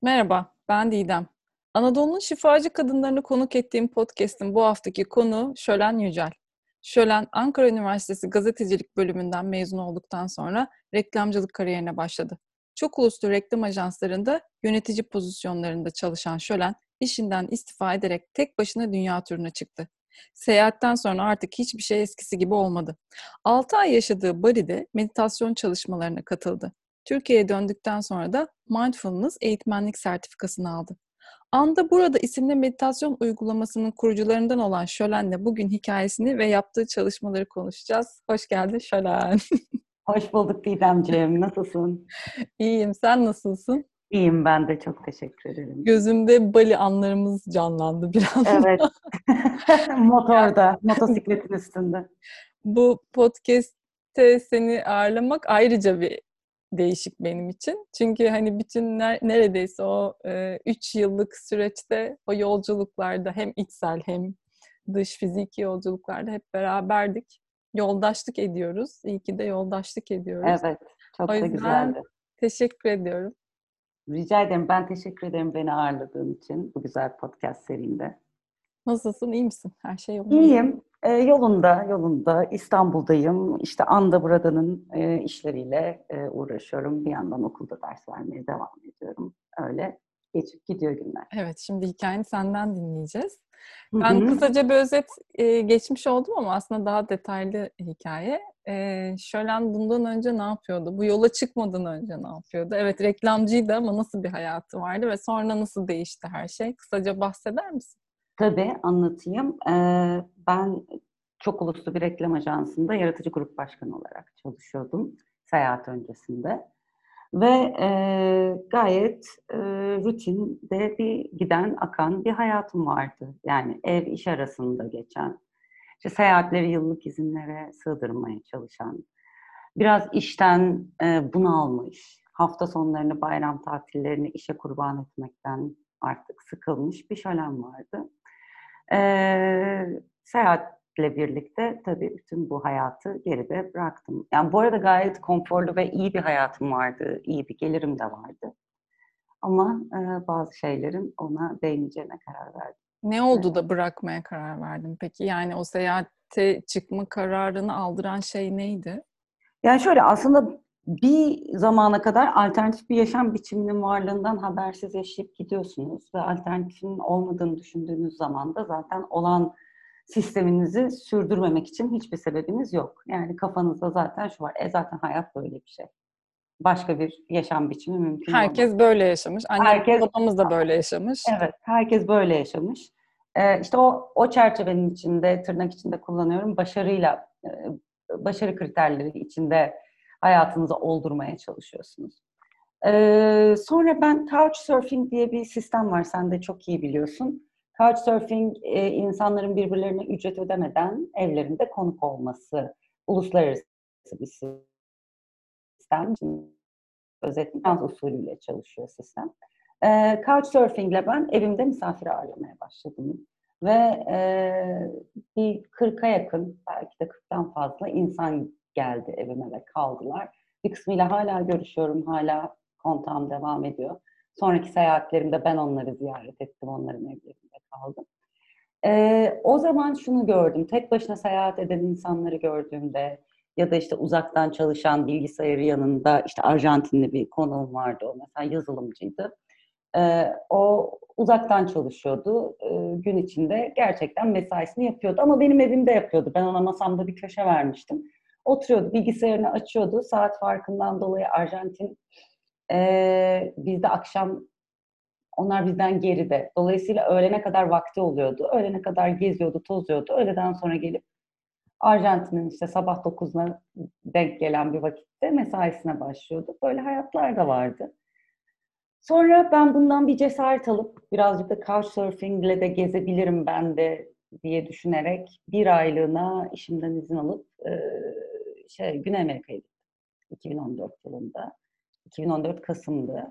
Merhaba, ben Didem. Anadolu'nun şifacı kadınlarını konuk ettiğim podcast'in bu haftaki konuğu Şölen Yücel. Şölen, Ankara Üniversitesi Gazetecilik bölümünden mezun olduktan sonra reklamcılık kariyerine başladı. Çok uluslu reklam ajanslarında yönetici pozisyonlarında çalışan Şölen, işinden istifa ederek tek başına dünya turuna çıktı. Seyahatten sonra artık hiçbir şey eskisi gibi olmadı. 6 ay yaşadığı Bali'de meditasyon çalışmalarına katıldı. Türkiye'ye döndükten sonra da Mindfulness eğitmenlik sertifikasını aldı. Anda Burada isimli meditasyon uygulamasının kurucularından olan Şölen'le bugün hikayesini ve yaptığı çalışmaları konuşacağız. Hoş geldin Şölen. Hoş bulduk Didemciğim. Nasılsın? İyiyim, sen nasılsın? İyiyim ben de. Çok teşekkür ederim. Gözümde Bali anlarımız canlandı biraz. Evet. Motorda, motosikletin üstünde. Bu podcast'te seni ağırlamak ayrıca bir değişik benim için. Çünkü hani bütün neredeyse o 3 yıllık süreçte o yolculuklarda hem içsel hem dış fiziki yolculuklarda hep beraberdik. Yoldaşlık ediyoruz. İyi ki de yoldaşlık ediyoruz. Evet. O Çok da yüzden güzeldi. teşekkür ediyorum. Rica ederim. Ben teşekkür ederim beni ağırladığın için bu güzel podcast serinde. Nasılsın? İyi misin? Her şey yolunda mı? İyiyim. Yolunda. İstanbul'dayım. İşte Anda Burada'nın işleriyle uğraşıyorum. Bir yandan okulda ders vermeye devam ediyorum. Öyle geçip gidiyor günler. Evet, şimdi hikayeni senden dinleyeceğiz. Hı Ben hı. kısaca bir özet geçmiş oldum ama aslında daha detaylı hikaye. Şölen bundan önce ne yapıyordu? Bu yola çıkmadan önce ne yapıyordu? Evet, reklamcıydı ama nasıl bir hayatı vardı ve sonra nasıl değişti her şey? Kısaca bahseder misin? Tabii anlatayım. Ben çok uluslu bir reklam ajansında yaratıcı grup başkanı olarak çalışıyordum seyahat öncesinde. Ve gayet rutinde bir giden, akan bir hayatım vardı. Yani ev iş arasında geçen, işte seyahatleri yıllık izinlere sığdırmaya çalışan, biraz işten bunalmış, hafta sonlarını, bayram tatillerini işe kurban etmekten artık sıkılmış bir şölem vardı. Seyahatle birlikte tabii bütün bu hayatı geride bıraktım. Yani bu arada gayet konforlu ve iyi bir hayatım vardı, iyi bir gelirim de vardı. Ama bazı şeylerin ona değmeyeceğine karar verdim. Ne Ve oldu da bırakmaya karar verdin peki? Yani o seyahate çıkma kararını aldıran şey neydi? yani şöyle aslında bir zamana kadar alternatif bir yaşam biçiminin varlığından habersiz yaşayıp gidiyorsunuz ve alternatifinin olmadığını düşündüğünüz zaman da zaten olan sisteminizi sürdürmemek için hiçbir sebebiniz yok. Yani kafanızda zaten şu var, zaten hayat böyle bir şey. Başka bir yaşam biçimi mümkün olmaz. Herkes böyle yaşamış. Annem Herkes, babamız da böyle yaşamış. evet, herkes böyle yaşamış. İşte o çerçevenin içinde, tırnak içinde kullanıyorum, başarı kriterleri içinde hayatınızı oldurmaya çalışıyorsunuz. Sonra ben Couchsurfing diye bir sistem var, sen de çok iyi biliyorsun. Couchsurfing, insanların birbirlerine ücret ödemeden evlerinde konuk olması, uluslararası bir sistem. Şimdi özetle Finans usulüyle çalışıyor sistem. Couchsurfing ile ben evimde misafir ağırlamaya başladım. Ve bir 40'a yakın, belki de 40'tan fazla insan geldi evime ve kaldılar. Bir kısmıyla hala görüşüyorum, hala kontağım devam ediyor. Sonraki seyahatlerimde ben onları ziyaret ettim, onların evlerinde kaldım. O zaman şunu gördüm, tek başına seyahat eden insanları gördüğümde ya da işte uzaktan çalışan, bilgisayarı yanında, işte Arjantinli bir konuğum vardı, o mesela yazılımcıydı. O uzaktan çalışıyordu. Gün içinde gerçekten mesaisini yapıyordu ama benim evimde yapıyordu. Ben ona masamda bir köşe vermiştim. Oturuyordu, bilgisayarını açıyordu. Saat farkından dolayı Arjantin, bizde akşam, onlar bizden geride. Dolayısıyla öğlene kadar vakti oluyordu. Öğlene kadar geziyordu, tozuyordu. Öğleden sonra gelip Arjantin'in işte sabah 9'una denk gelen bir vakitte mesaisine başlıyordu. Böyle hayatlar da vardı. Sonra ben bundan bir cesaret alıp birazcık da Couchsurfing'le de gezebilirim ben de diye düşünerek bir aylığına işimden izin alıp Güney Amerika'ya gittim 2014 yılında. 2014 Kasım'dı.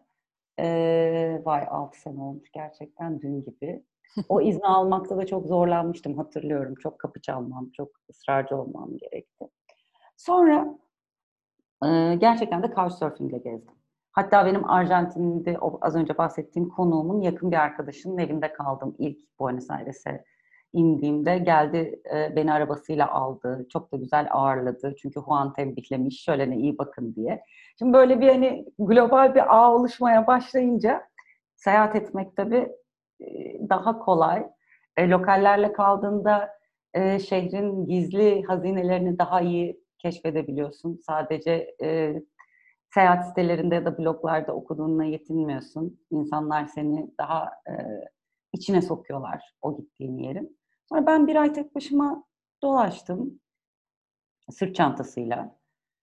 Vay 6 sene olmuş gerçekten dün gibi. O izni almakta da çok zorlanmıştım, hatırlıyorum. Çok kapı çalmam, çok ısrarcı olmam gerekti. Sonra gerçekten de Couchsurfing'le gezdim. Hatta benim Arjantin'de o az önce bahsettiğim konuğumun yakın bir arkadaşının evinde kaldım. İlk Buenos Aires'e indiğimde geldi, beni arabasıyla aldı. Çok da güzel ağırladı. Çünkü Juan tembihlemiş, şölene iyi bakın diye. Şimdi böyle bir hani global bir ağ oluşmaya başlayınca seyahat etmek tabii daha kolay. Lokallerle kaldığında şehrin gizli hazinelerini daha iyi keşfedebiliyorsun. Sadece seyahat sitelerinde ya da bloglarda okuduğunla yetinmiyorsun. İnsanlar seni daha içine sokuyorlar o gittiğin yerin. Sonra ben bir ay tek başıma dolaştım sırt çantasıyla.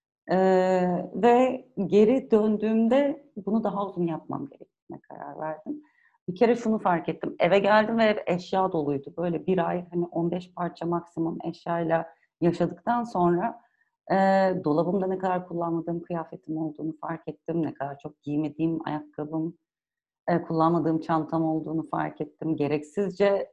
Ve geri döndüğümde bunu daha uzun yapmam gerektiğine karar verdim. Bir kere şunu fark ettim. Eve geldim ve ev eşya doluydu. Böyle bir ay hani 15 parça maksimum eşyayla yaşadıktan sonra dolabımda ne kadar kullanmadığım kıyafetim olduğunu fark ettim. Ne kadar çok giymediğim ayakkabım, kullanmadığım çantam olduğunu fark ettim. Gereksizce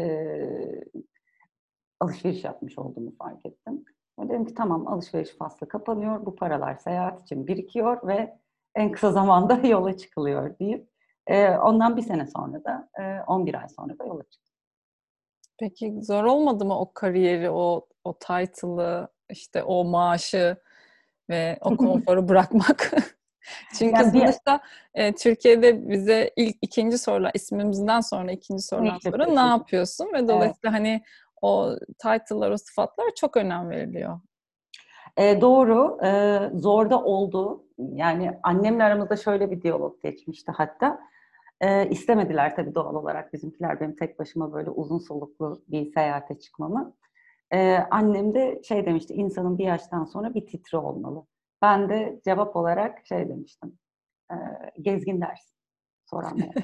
alışveriş yapmış olduğumu fark ettim. Dedim ki tamam, alışveriş faslı kapanıyor. Bu paralar seyahat için birikiyor ve en kısa zamanda yola çıkılıyor deyip ondan bir sene sonra da 11 ay sonra da yola çıktım. Peki zor olmadı mı o kariyeri, o title'ı, işte o maaşı ve o konforu bırakmak? Çünkü Yani bir sonuçta Türkiye'de bize ilk ikinci sorular, ismimizden sonra ikinci ne sorulan iş soru ne yapıyorsun? yapıyorsun? Ve Evet. dolayısıyla hani o title'lar, o sıfatlar çok önem veriliyor. Doğru. Zor da oldu. Yani annemle aramızda şöyle bir diyalog geçmişti hatta. İstemediler tabii doğal olarak bizimkiler benim tek başıma böyle uzun soluklu bir seyahate çıkmamı. Annem de şey demişti, insanın bir yaştan sonra bir titri olmalı. Ben de cevap olarak şey demiştim, gezgin dersin soranlara.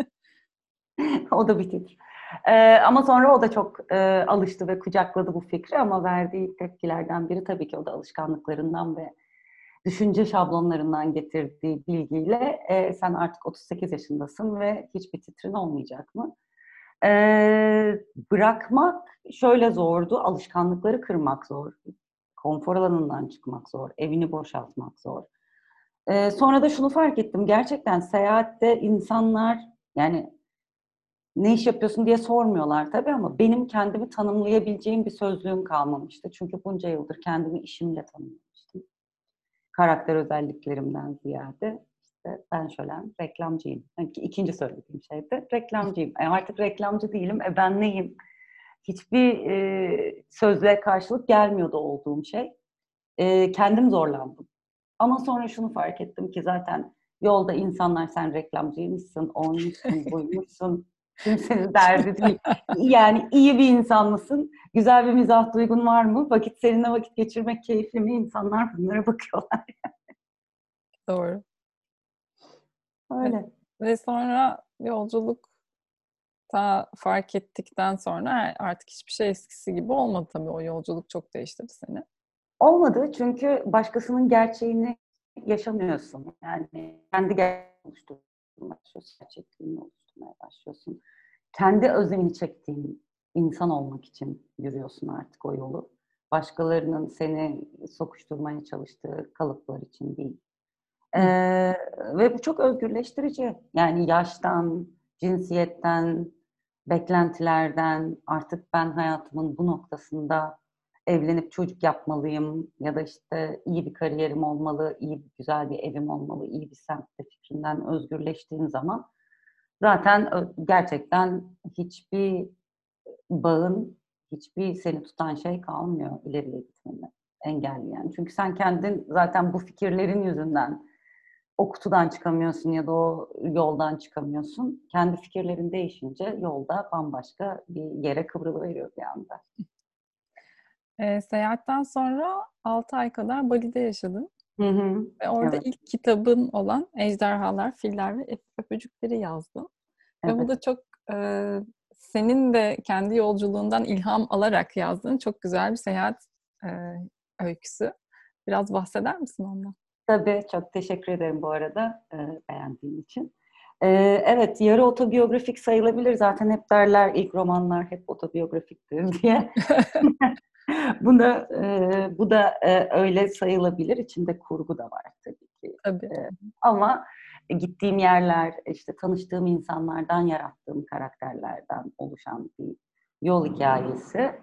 O da bir titri. Ama sonra o da çok alıştı ve kucakladı bu fikri, ama verdiği tepkilerden biri tabii ki o da alışkanlıklarından ve düşünce şablonlarından getirdiği bilgiyle sen artık 38 yaşındasın ve hiçbir titrin olmayacak mı? Bırakmak şöyle zordu, alışkanlıkları kırmak zor, konfor alanından çıkmak zor, evini boşaltmak zor. Sonra da şunu fark ettim, gerçekten seyahatte insanlar yani ne iş yapıyorsun diye sormuyorlar tabii, ama benim kendimi tanımlayabileceğim bir sözlüğüm kalmamıştı. Çünkü bunca yıldır kendimi işimle tanımlamıştım. Karakter özelliklerimden ziyade işte ben şölen reklamcıyım. Yani ikinci söylediğim şey de reklamcıyım. Artık reklamcı değilim. Ben neyim? Hiçbir sözle karşılık gelmiyordu olduğum şey. Kendim zorlandım. Ama sonra şunu fark ettim ki zaten yolda insanlar sen reklamcıymışsın, oymuşsun, buymuşsun. Kimsenin derdi değil. Yani iyi bir insan mısın? Güzel bir mizah duygun var mı? Seninle vakit geçirmek keyifli mi? İnsanlar bunlara bakıyorlar. Doğru. Ve, Öyle. ve sonra yolculukta fark ettikten sonra artık hiçbir şey eskisi gibi olmadı tabii. O yolculuk çok değiştirdi seni. Olmadı çünkü başkasının gerçeğini yaşamıyorsun. Yani kendi gerçeğini oluşturmaya başlıyorsun, gerçekliğini oluşturmaya başlıyorsun. Kendi özlemini çektiğin insan olmak için yürüyorsun artık o yolu. Başkalarının seni sokuşturmaya çalıştığı kalıplar için değil. Ve bu çok özgürleştirici. Yani yaştan, cinsiyetten, beklentilerden, artık ben hayatımın bu noktasında evlenip çocuk yapmalıyım ya da işte iyi bir kariyerim olmalı, güzel bir evim olmalı, iyi bir semtte fikrinden özgürleştiğin zaman zaten gerçekten hiçbir bağın, hiçbir seni tutan şey kalmıyor ileriye gitmeni engelleyen. Çünkü sen kendin zaten bu fikirlerin yüzünden o kutudan çıkamıyorsun ya da o yoldan çıkamıyorsun. Kendi fikirlerin değişince yolda bambaşka bir yere kıvrılıveriyor bir anda. Seyahatten sonra 6 ay kadar Bali'de yaşadın. Hı hı. Ve orada Evet, ilk kitabın olan Ejderhalar, Filler ve Öpücükleri yazdın. Ve bu evet. da çok senin de kendi yolculuğundan ilham alarak yazdığın çok güzel bir seyahat e, öyküsü. Biraz bahseder misin ondan? Tabii, çok teşekkür ederim bu arada beğendiğin için. Evet, yarı otobiyografik sayılabilir. Zaten hep derler ilk romanlar hep otobiyografiktir diye. Bu da öyle sayılabilir. İçinde kurgu da var tabii ki. Tabii. Ama gittiğim yerler, işte tanıştığım insanlardan yarattığım karakterlerden oluşan bir yol hikayesi.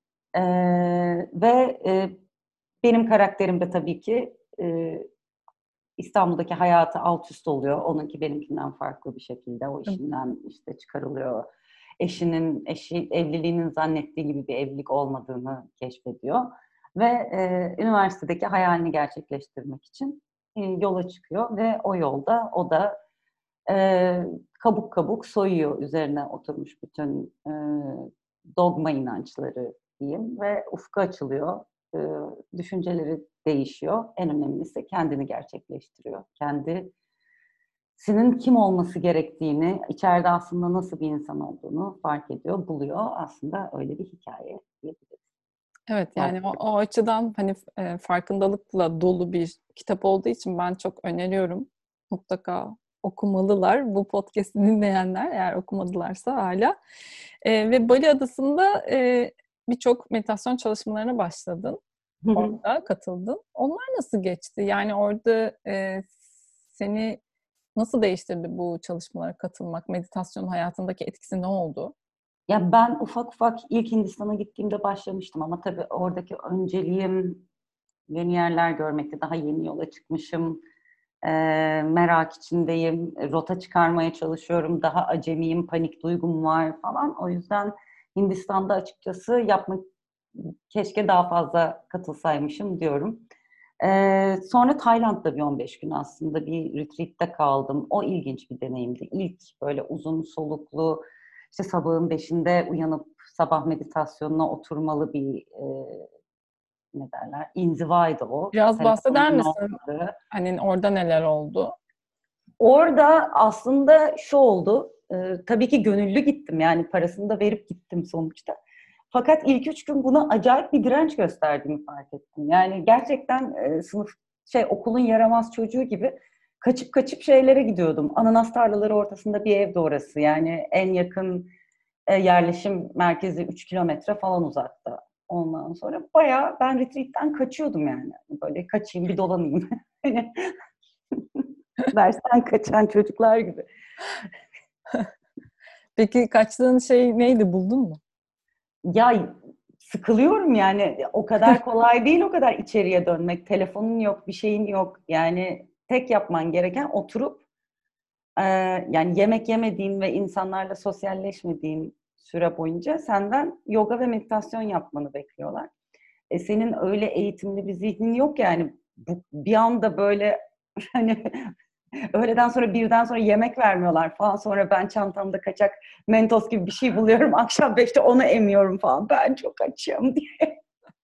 Ve benim karakterim de tabii ki İstanbul'daki hayatı alt üst oluyor. Onunki benimkinden farklı bir şekilde. O işinden işte çıkarılıyor. Eşi evliliğinin zannettiği gibi bir evlilik olmadığını keşfediyor. Ve üniversitedeki hayalini gerçekleştirmek için yola çıkıyor. Ve o yolda o da kabuk kabuk soyuyor üzerine oturmuş bütün dogma inançları diyeyim ve ufku açılıyor. Düşünceleri değişiyor. En önemlisi kendini gerçekleştiriyor. Kendisinin kim olması gerektiğini, içeride aslında nasıl bir insan olduğunu fark ediyor, buluyor. Aslında öyle bir hikaye diyebiliriz. Evet, yani o açıdan hani farkındalıkla dolu bir kitap olduğu için ben çok öneriyorum. Mutlaka okumalılar. Bu podcast'i dinleyenler eğer okumadılarsa hala. Ve Bali Adası'nda birçok meditasyon çalışmalarına başladın. Orada katıldın. Onlar nasıl geçti? Yani orada seni nasıl değiştirdi bu çalışmalara katılmak? Meditasyon hayatındaki etkisi ne oldu? Ya ben ufak ufak ilk Hindistan'a gittiğimde başlamıştım ama tabii oradaki önceliğim yeni yerler görmekti. Daha yeni yola çıkmışım. Merak içindeyim. Rota çıkarmaya çalışıyorum. Daha acemiyim, panik duygum var falan. O yüzden Hindistan'da açıkçası keşke daha fazla katılsaymışım diyorum. Sonra Tayland'da bir 15 gün aslında bir retreat'te kaldım. O ilginç bir deneyimdi. İlk böyle uzun soluklu, işte sabahın 5'inde uyanıp sabah meditasyonuna oturmalı bir ne derler, inzivaydı o. Biraz bahseder Telefonun misin? olmadığı. Hani orada neler oldu? Orada aslında şu oldu, tabii ki gönüllü gittim yani parasını da verip gittim sonuçta. Fakat ilk 3 gün buna acayip bir direnç gösterdiğimi fark ettim. Yani gerçekten okulun yaramaz çocuğu gibi kaçıp kaçıp şeylere gidiyordum. Ananas tarlaları ortasında bir evde orası. Yani en yakın yerleşim merkezi 3 kilometre falan uzakta. Ondan sonra bayağı ben retreat'ten kaçıyordum yani. Böyle kaçayım bir dolanayım. Dersten kaçan çocuklar gibi. Peki kaçtığın şey neydi? Buldun mu? Ya sıkılıyorum yani. O kadar kolay değil o kadar içeriye dönmek. Telefonun yok, bir şeyin yok. Yani tek yapman gereken oturup yani yemek yemediğin ve insanlarla sosyalleşmediğin süre boyunca senden yoga ve meditasyon yapmanı bekliyorlar. Senin öyle eğitimli bir zihnin yok yani. Bir anda böyle hani öğleden sonra birden sonra yemek vermiyorlar falan. Sonra ben çantamda kaçak Mentos gibi bir şey buluyorum. Akşam 5'te onu emiyorum falan. Ben çok açım diye.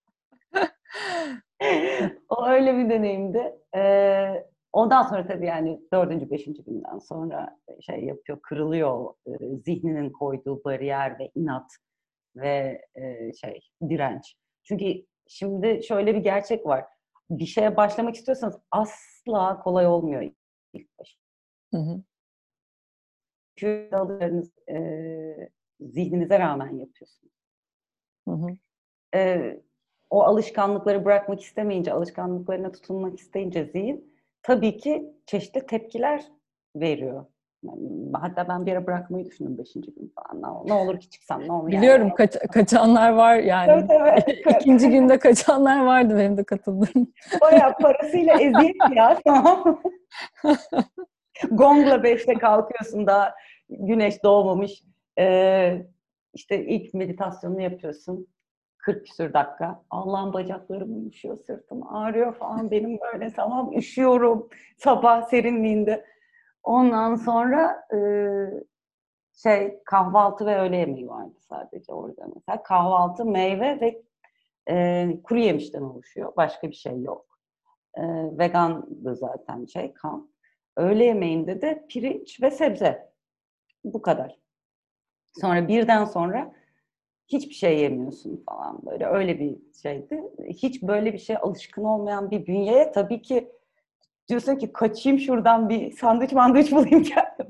O öyle bir deneyimdi. Ondan sonra tabii yani 4. 5. günden sonra şey yapıyor, kırılıyor zihninin koyduğu bariyer ve inat ve direnç. Çünkü şimdi şöyle bir gerçek var. Bir şeye başlamak istiyorsanız asla kolay olmuyor ilk başta. Hı hı. Çünkü alışlarınız zihninize rağmen yapıyorsunuz. Hı hı. O alışkanlıkları bırakmak istemeyince, alışkanlıklarına tutunmak isteyince zihin tabii ki çeşitli tepkiler veriyor. Yani, hatta ben bir ara bırakmayı düşündüm 5. gün falan. Ne olur ki çıksam, ne olur yani. Biliyorum kaçanlar var yani. Evet, evet. İkinci günde kaçanlar vardı benim de katıldığım. Bayağı parasıyla eziyet ya, tamam mı? Gongla 5'te kalkıyorsun, daha güneş doğmamış. İşte ilk meditasyonunu yapıyorsun. 40 küsur dakika. Allah'ım bacaklarım uyuşuyor, sırtım ağrıyor falan. Benim böyle tamam üşüyorum sabah serinliğinde. Ondan sonra kahvaltı ve öğle yemeği vardı sadece orada mesela. Kahvaltı, meyve ve kuru yemişten oluşuyor. Başka bir şey yok. Vegandı zaten kamp. Öğle yemeğinde de pirinç ve sebze. Bu kadar. Sonra birden sonra hiçbir şey yemiyorsun falan böyle. Öyle bir şeydi. Hiç böyle bir şeye alışkın olmayan bir bünyeye tabii ki diyorsun ki kaçayım şuradan bir sandviç bulayım kendim.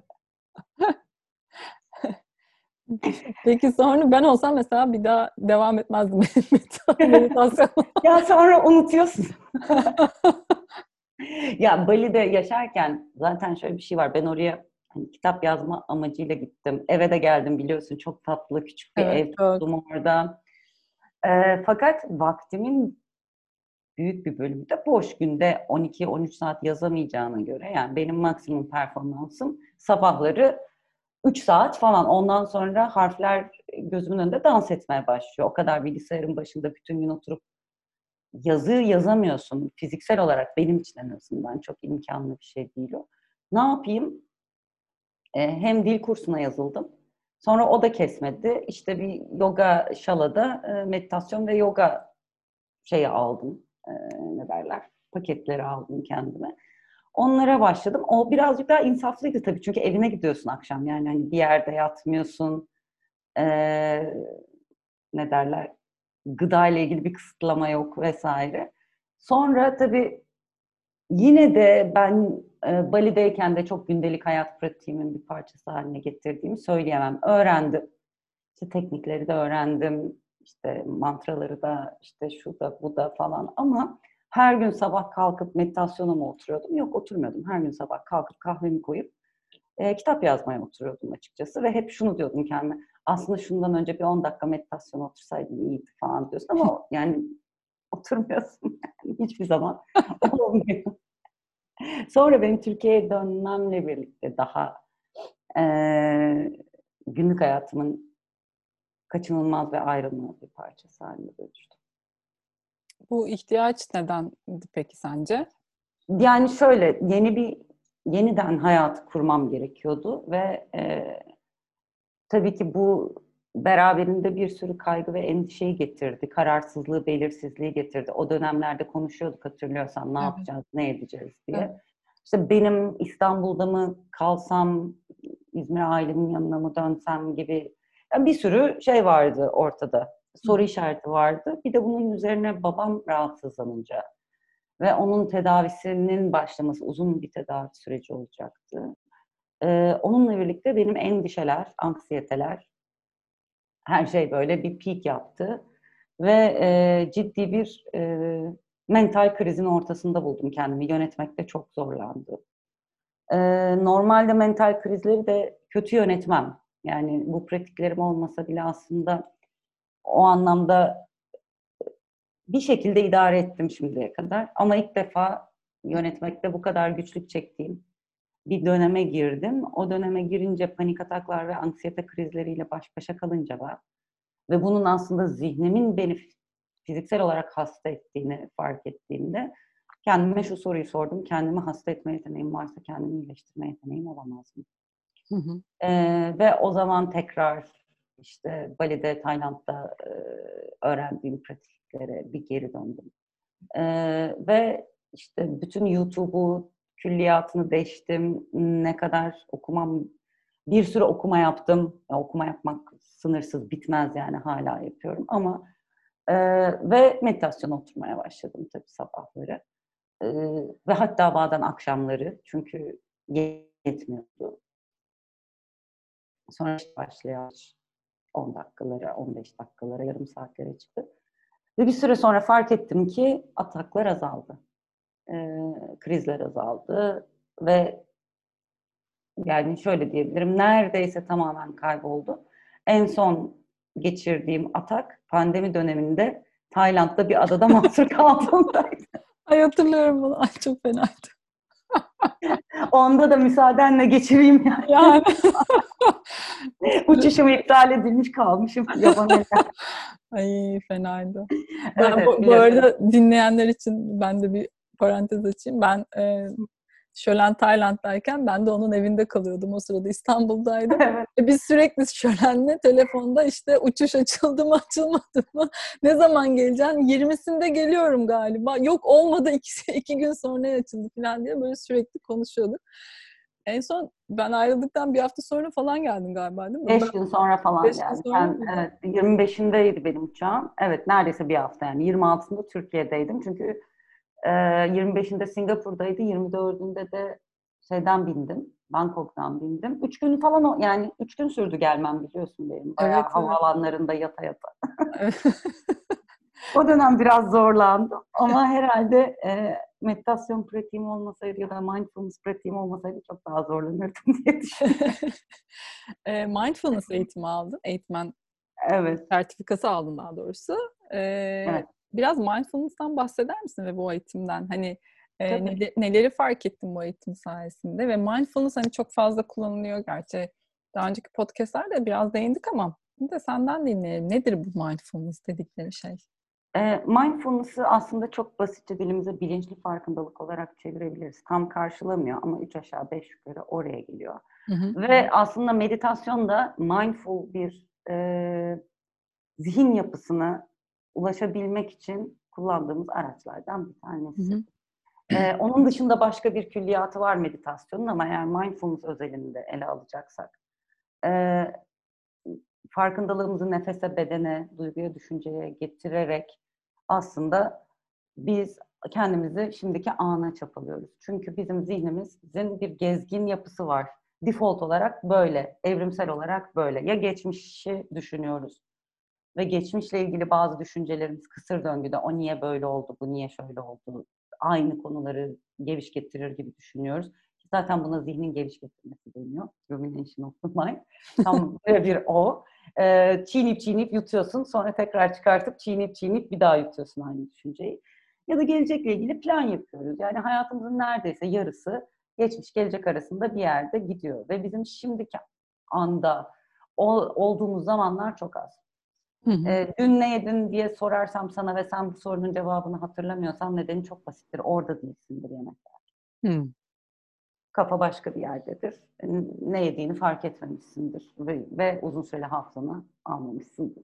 Peki sonra ben olsam mesela bir daha devam etmezdim meditasyon. Ya sonra unutuyorsun. Ya Bali'de yaşarken zaten şöyle bir şey var. Ben oraya hani kitap yazma amacıyla gittim. Eve de geldim biliyorsun. Çok tatlı küçük bir Evet, ev çok. tuttum orada. Fakat vaktimin büyük bir bölümü de boş. Günde 12-13 saat yazamayacağına göre yani benim maksimum performansım sabahları 3 saat falan. Ondan sonra harfler gözümün önünde dans etmeye başlıyor. O kadar bilgisayarın başında bütün gün oturup yazı yazamıyorsun. Fiziksel olarak benim için en azından çok imkanlı bir şey değil o. Ne yapayım? Hem dil kursuna yazıldım. Sonra o da kesmedi. İşte bir yoga şalada meditasyon ve yoga şeyi aldım. Ne derler? Paketleri aldım kendime. Onlara başladım. O birazcık daha insaflıydı tabii. Çünkü evine gidiyorsun akşam. Yani hani bir yerde yatmıyorsun. Ee, Ne derler? Gıda ile ilgili bir kısıtlama yok vesaire. Sonra tabii yine de ben Bali'deyken de çok gündelik hayat pratiğimin bir parçası haline getirdiğimi söyleyemem. Öğrendim. İşte teknikleri de öğrendim. İşte mantraları da, işte şu da, bu da falan. Ama her gün sabah kalkıp meditasyona mı oturuyordum? Yok, oturmuyordum. Her gün sabah kalkıp kahvemi koyup kitap yazmaya oturuyordum açıkçası. Ve hep şunu diyordum kendime. Aslında şundan önce bir 10 dakika meditasyon otursaydım iyiydi falan diyorsun. Ama yani oturmuyorsun. Yani hiçbir zaman olmuyor. Sonra benim Türkiye'ye dönmemle birlikte daha günlük hayatımın kaçınılmaz ve ayrılmaz bir parçası haline dönüştü. Bu ihtiyaç nedendi peki sence? Yani şöyle yeniden hayat kurmam gerekiyordu ve tabii ki bu beraberinde bir sürü kaygı ve endişeyi getirdi. Kararsızlığı, belirsizliği getirdi. O dönemlerde konuşuyorduk hatırlıyorsan ne Evet, yapacağız, ne edeceğiz diye. evet. İşte benim İstanbul'da mı kalsam, İzmir ailemin yanına mı dönsem gibi yani bir sürü şey vardı ortada. Hı Soru hı. işareti vardı. Bir de bunun üzerine babam rahatsızlanınca ve onun tedavisinin başlaması uzun bir tedavi süreci olacaktı. Onunla birlikte benim endişeler, anksiyeteler, her şey böyle bir peak yaptı. Ve ciddi bir mental krizin ortasında buldum kendimi. Yönetmekte çok zorlandım. Normalde mental krizleri de kötü yönetmem. Yani bu pratiklerim olmasa bile aslında o anlamda bir şekilde idare ettim şimdiye kadar. Ama ilk defa yönetmekte bu kadar güçlük çektiğim bir döneme girdim. O döneme girince panik ataklar ve anksiyete krizleriyle baş başa kalınca ve bunun aslında zihnimin beni fiziksel olarak hasta ettiğini fark ettiğimde kendime şu soruyu sordum. Kendimi hasta etme yeteneğim varsa kendimi iyileştirme yeteneğim olamaz mı? Hı hı. Ve o zaman tekrar işte Bali'de, Tayland'da öğrendiğim pratiklere bir geri döndüm. Ve işte bütün YouTube'u, külliyatını deştim. Ne kadar okumam, bir sürü okuma yaptım. Ya, okuma yapmak sınırsız, bitmez yani hala yapıyorum. Ama ve meditasyona oturmaya başladım tabii sabahları. Ee, Ve hatta bazen akşamları çünkü yetmiyordu. Sonra işte başlayan 10 dakikalara, 15 dakikalara, yarım saatlere çıktı. Ve bir süre sonra fark ettim ki ataklar azaldı. Krizler azaldı ve yani şöyle diyebilirim, neredeyse tamamen kayboldu. En son geçirdiğim atak pandemi döneminde Tayland'da bir adada mahsur kaldığımdaydı. Ay, hatırlıyorum bunu. Ay, çok fenaydı. Onda da müsaadenle geçireyim yani. Yani. Uçuşum iptal edilmiş kalmışım yaban eller. Ay, fenaydı. Evet, Ben evet, bu biliyorum. arada dinleyenler için ben de bir parantez açayım. Ben Şölen Tayland'dayken ben de onun evinde kalıyordum. O sırada İstanbul'daydım. Evet. Biz sürekli Şölen'le telefonda işte uçuş açıldı mı açılmadı mı? Ne zaman geleceksin? 20'sinde geliyorum galiba. Yok, olmadı, iki gün sonra açıldı falan diye böyle sürekli konuşuyorduk. En son ben ayrıldıktan bir hafta sonra falan geldin galiba, değil mi? 5 gün sonra falan 5 gün geldi. sonra mıydı? Evet, 25'indeydi benim uçağım. Evet, neredeyse bir hafta yani. 26'sında Türkiye'deydim. Çünkü 25'inde Singapur'daydı. 24'ünde de şeyden bindim. Bangkok'tan bindim. 3 gün falan yani 3 gün sürdü gelmem biliyorsun benim. Bayağı Evet, evet. havaalanlarında yata yata. Evet. O dönem biraz zorlandım ama herhalde meditasyon pratiğim olmasaydı ya da mindfulness pratiğim olmasaydı çok daha zorlanırdım diye düşünüyorum. Mindfulness eğitimi aldın. Eğitmen Evet, sertifikası aldın daha doğrusu. evet. Biraz mindfulness'tan bahseder misin ve bu eğitimden? Hani Tabii. neleri fark ettin bu eğitim sayesinde? Ve mindfulness hani çok fazla kullanılıyor gerçi. Daha önceki podcastlerde biraz değindik ama bir de senden dinleyelim. Nedir bu mindfulness dedikleri şey? Mindfulness'ı aslında çok basitçe dilimize bilinçli farkındalık olarak çevirebiliriz. Tam karşılamıyor ama 3 aşağı 5 yukarı oraya geliyor. Hı hı. Ve aslında meditasyon da mindful bir zihin yapısına ulaşabilmek için kullandığımız araçlardan bir Hı tanesi. hı. Onun dışında başka bir külliyatı var meditasyonun ama eğer mindfulness özelinde ele alacaksak, e, farkındalığımızı nefese, bedene, duyguya, düşünceye getirerek aslında biz kendimizi şimdiki ana çapalıyoruz. Çünkü bizim zihnimizin bir gezgin yapısı var. Default olarak böyle, evrimsel olarak böyle. Ya geçmişi düşünüyoruz ve geçmişle ilgili bazı düşüncelerimiz kısır döngüde. O niye böyle oldu, bu niye şöyle oldu? Aynı konuları geviş getirir gibi düşünüyoruz. Zaten buna zihnin geviş getirmesi deniyor. Rumination of the mind. Tam bir o. Çiğneyip çiğneyip yutuyorsun. Sonra tekrar çıkartıp çiğneyip çiğneyip bir daha yutuyorsun aynı düşünceyi. Ya da gelecekle ilgili plan yapıyoruz. Yani hayatımızın neredeyse yarısı geçmiş gelecek arasında bir yerde gidiyor. Ve bizim şimdiki anda olduğumuz zamanlar çok az. Hı hı. Dün ne yedin diye sorarsam sana ve sen bu sorunun cevabını hatırlamıyorsan nedeni çok basittir. Orada değilsindir yemekte. Hı. Kafa başka bir yerdedir. Ne yediğini fark etmemişsindir ve uzun süreli hafızanı almamışsındır.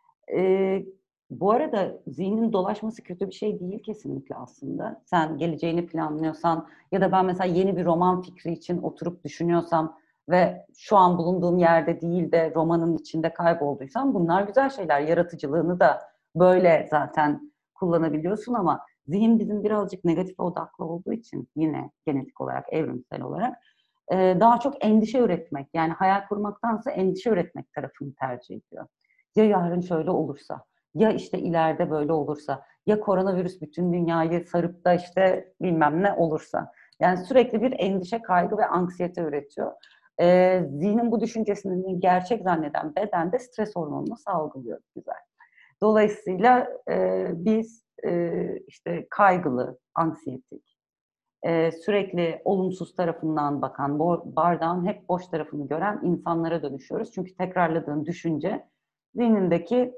Bu arada zihnin dolaşması kötü bir şey değil kesinlikle aslında. Sen geleceğini planlıyorsan ya da ben mesela yeni bir roman fikri için oturup düşünüyorsam ve şu an bulunduğum yerde değil de romanın içinde kaybolduysam bunlar güzel şeyler. Yaratıcılığını da böyle zaten kullanabiliyorsun ama zihin bizim birazcık negatif odaklı olduğu için yine genetik olarak, evrimsel olarak daha çok endişe üretmek yani hayal kurmaktansa endişe üretmek tarafını tercih ediyor. Ya yarın şöyle olursa, ya işte ileride böyle olursa, ya koronavirüs bütün dünyayı sarıp da işte bilmem ne olursa. Yani sürekli bir endişe, kaygı ve anksiyete üretiyor. Zihnin bu düşüncesini gerçek zanneden beden de stres hormonunu salgılıyor güzel. Dolayısıyla biz işte kaygılı, anksiyetik, sürekli olumsuz tarafından bakan, bardağın hep boş tarafını gören insanlara dönüşüyoruz. Çünkü tekrarladığın düşünce zihnindeki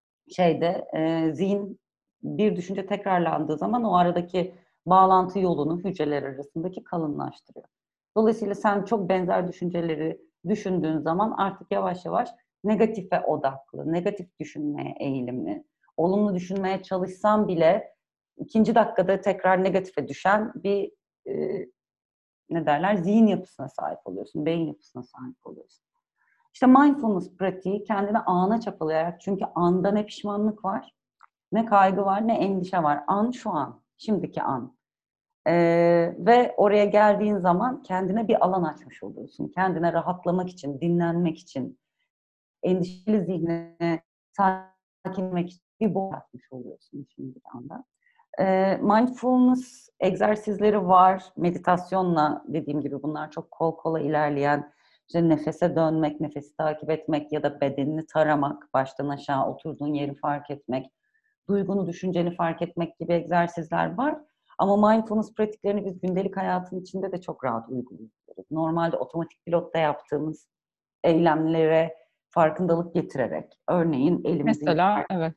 zihin bir düşünce tekrarlandığı zaman o aradaki bağlantı yolunu hücreler arasındaki kalınlaştırıyor. Dolayısıyla sen çok benzer düşünceleri düşündüğün zaman artık yavaş yavaş negatife odaklı, negatif düşünmeye eğilimli, olumlu düşünmeye çalışsan bile ikinci dakikada tekrar negatife düşen bir e, ne derler zihin yapısına sahip oluyorsun, beyin yapısına sahip oluyorsun. İşte mindfulness pratiği kendini ana çapalayarak çünkü anda ne pişmanlık var, ne kaygı var, ne endişe var. An şu an, şimdiki an. Ve oraya geldiğin zaman kendine bir alan açmış oluyorsun. Kendine rahatlamak için, dinlenmek için, endişeli zihnine sakinlemek için bir boş atmış oluyorsun şimdiki anda. Mindfulness egzersizleri var. Meditasyonla dediğim gibi bunlar çok kol kola ilerleyen işte nefese dönmek, nefesi takip etmek ya da bedenini taramak, baştan aşağı oturduğun yeri fark etmek, duygunu, düşünceni fark etmek gibi egzersizler var. Ama mindfulness pratiklerini biz gündelik hayatın içinde de çok rahat uyguluyoruz. Normalde otomatik pilotta yaptığımız eylemlere farkındalık getirerek, örneğin elimizi Mesela evet.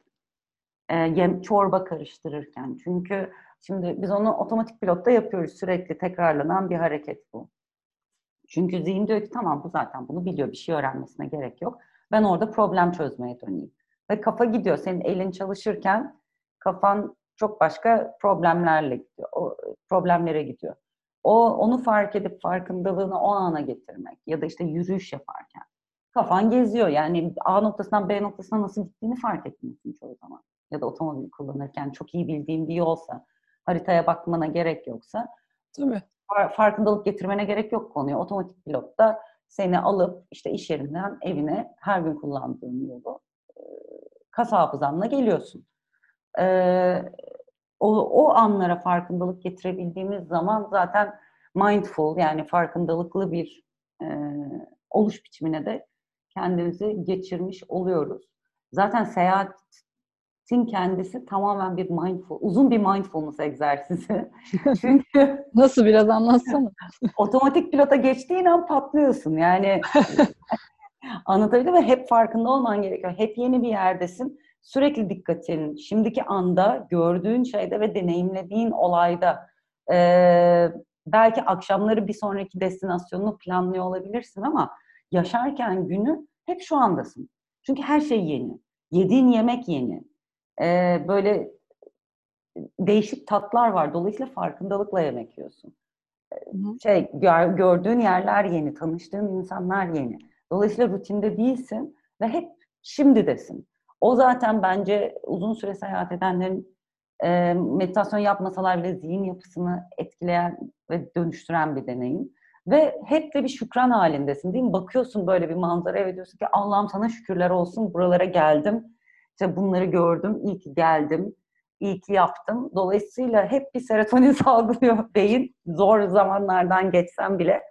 çorba karıştırırken. Çünkü şimdi biz onu otomatik pilotta yapıyoruz. Sürekli tekrarlanan bir hareket bu. Çünkü zihin diyor ki tamam bu zaten bunu biliyor. Bir şey öğrenmesine gerek yok. Ben orada problem çözmeye döneyim. Ve kafa gidiyor. Senin elin çalışırken kafan çok başka problemlerle gidiyor. O problemlere gidiyor. Onu fark edip farkındalığını o ana getirmek ya da işte yürüyüş yaparken kafan geziyor. Yani A noktasından B noktasına nasıl gittiğini fark etmiyorsun çoğu zaman. Ya da otomobil kullanırken çok iyi bildiğin bir yolsa, haritaya bakmana gerek yoksa Tabii. farkındalık getirmene gerek yok konuya. Otomatik pilotta seni alıp işte iş yerinden evine her gün kullandığın yolu kas hafızanla geliyorsun. o anlara farkındalık getirebildiğimiz zaman zaten mindful, yani farkındalıklı bir oluş biçimine de kendimizi geçirmiş oluyoruz. Zaten seyahatin kendisi tamamen bir uzun bir mindfulness egzersizi. Çünkü Nasıl, biraz anlatsana. otomatik pilota geçtiğin an patlıyorsun. Yani anlatabildim mi? Hep farkında olman gerekiyor. Hep yeni bir yerdesin. Sürekli dikkatin, şimdiki anda, gördüğün şeyde ve deneyimlediğin olayda. Belki akşamları bir sonraki destinasyonunu planlıyor olabilirsin ama yaşarken günü hep şu andasın. Çünkü her şey yeni. Yediğin yemek yeni. Böyle değişik tatlar var. Dolayısıyla farkındalıkla yemek yiyorsun. Hı-hı. Gördüğün yerler yeni, tanıştığın insanlar yeni. Dolayısıyla rutinde değilsin ve hep şimdidesin. O zaten bence uzun süre seyahat edenlerin meditasyon yapmasalar bile zihin yapısını etkileyen ve dönüştüren bir deneyim. Ve hep de bir şükran halindesin, değil mi? Bakıyorsun böyle bir manzaraya ve diyorsun ki Allah'ım sana şükürler olsun, buralara geldim. İşte bunları gördüm, iyi ki geldim. İyi ki yaptım. Dolayısıyla hep bir serotonin salgılıyor beyin. Zor zamanlardan geçsem bile.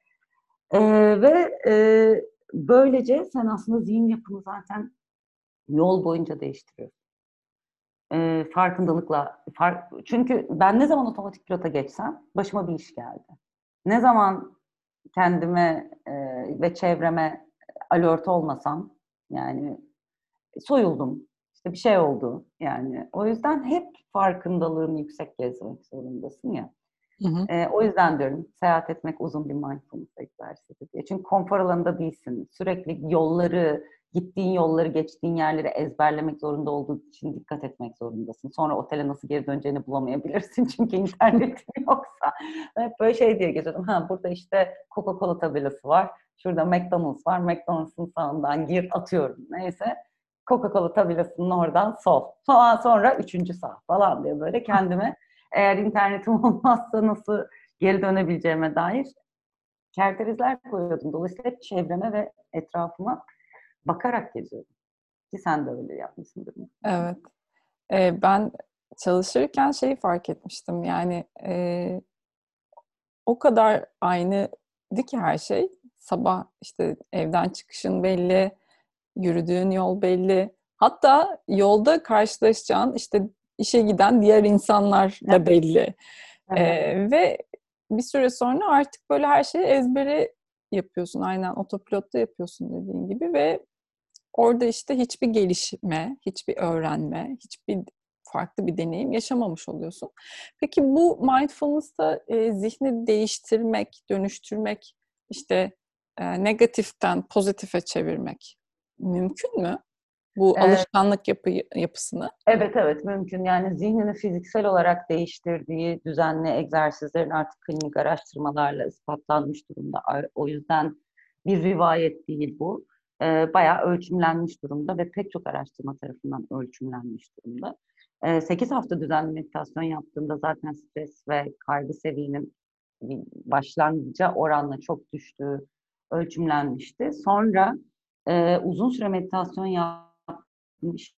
Ve böylece sen aslında zihin yapını zaten yol boyunca değiştiriyorsun. Farkındalıkla. Çünkü ben ne zaman otomatik pilota geçsem başıma bir iş geldi. Ne zaman kendime ve çevreme alert olmasam, yani soyuldum. İşte bir şey oldu yani. O yüzden hep farkındalığın yüksek gezmek zorundasın ya. Hı-hı. O yüzden diyorum seyahat etmek uzun bir mindfulness egzersizi diye. Çünkü konfor alanında değilsin. Sürekli gittiğin yolları, geçtiğin yerleri ezberlemek zorunda olduğu için dikkat etmek zorundasın. Sonra otele nasıl geri döneceğini bulamayabilirsin çünkü internetin yoksa. Hep böyle şey diye geziyordum. Burada işte Coca-Cola tabelası var. Şurada McDonald's var. McDonald's'ın sağından gir, atıyorum. Neyse. Coca-Cola tabelasının oradan sol falan, sonra 3. sağ falan diye böyle kendime, eğer internetim olmazsa nasıl geri dönebileceğime dair kerterizler koyuyordum. Dolayısıyla hep çevreme ve etrafıma bakarak geziyordum. Ki sen de öyle yapmışsındır mı? Evet. Ben çalışırken şeyi fark etmiştim. Yani o kadar aynıydı ki her şey. Sabah işte evden çıkışın belli, yürüdüğün yol belli. Hatta yolda karşılaşacağın işte işe giden diğer insanlar da Evet. belli. Evet. Ve bir süre sonra artık böyle her şeyi ezbere yapıyorsun. Aynen otopilotta yapıyorsun dediğin gibi ve orada işte hiçbir gelişme, hiçbir öğrenme, hiçbir farklı bir deneyim yaşamamış oluyorsun. Peki bu mindfulness'ta zihni değiştirmek, dönüştürmek, işte negatiften pozitife çevirmek mümkün mü? Bu Ee, alışkanlık yapısını. evet, mümkün. Yani zihnini fiziksel olarak değiştirdiği düzenli egzersizlerin artık klinik araştırmalarla ispatlanmış durumda. O yüzden bir rivayet değil bu. Bayağı ölçümlenmiş durumda ve pek çok araştırma tarafından ölçümlenmiş durumda. 8 hafta düzenli meditasyon yaptığında zaten stres ve kaygı seviyenin başlangıca oranla çok düştüğü ölçümlenmişti. Sonra uzun süre meditasyon yapmış,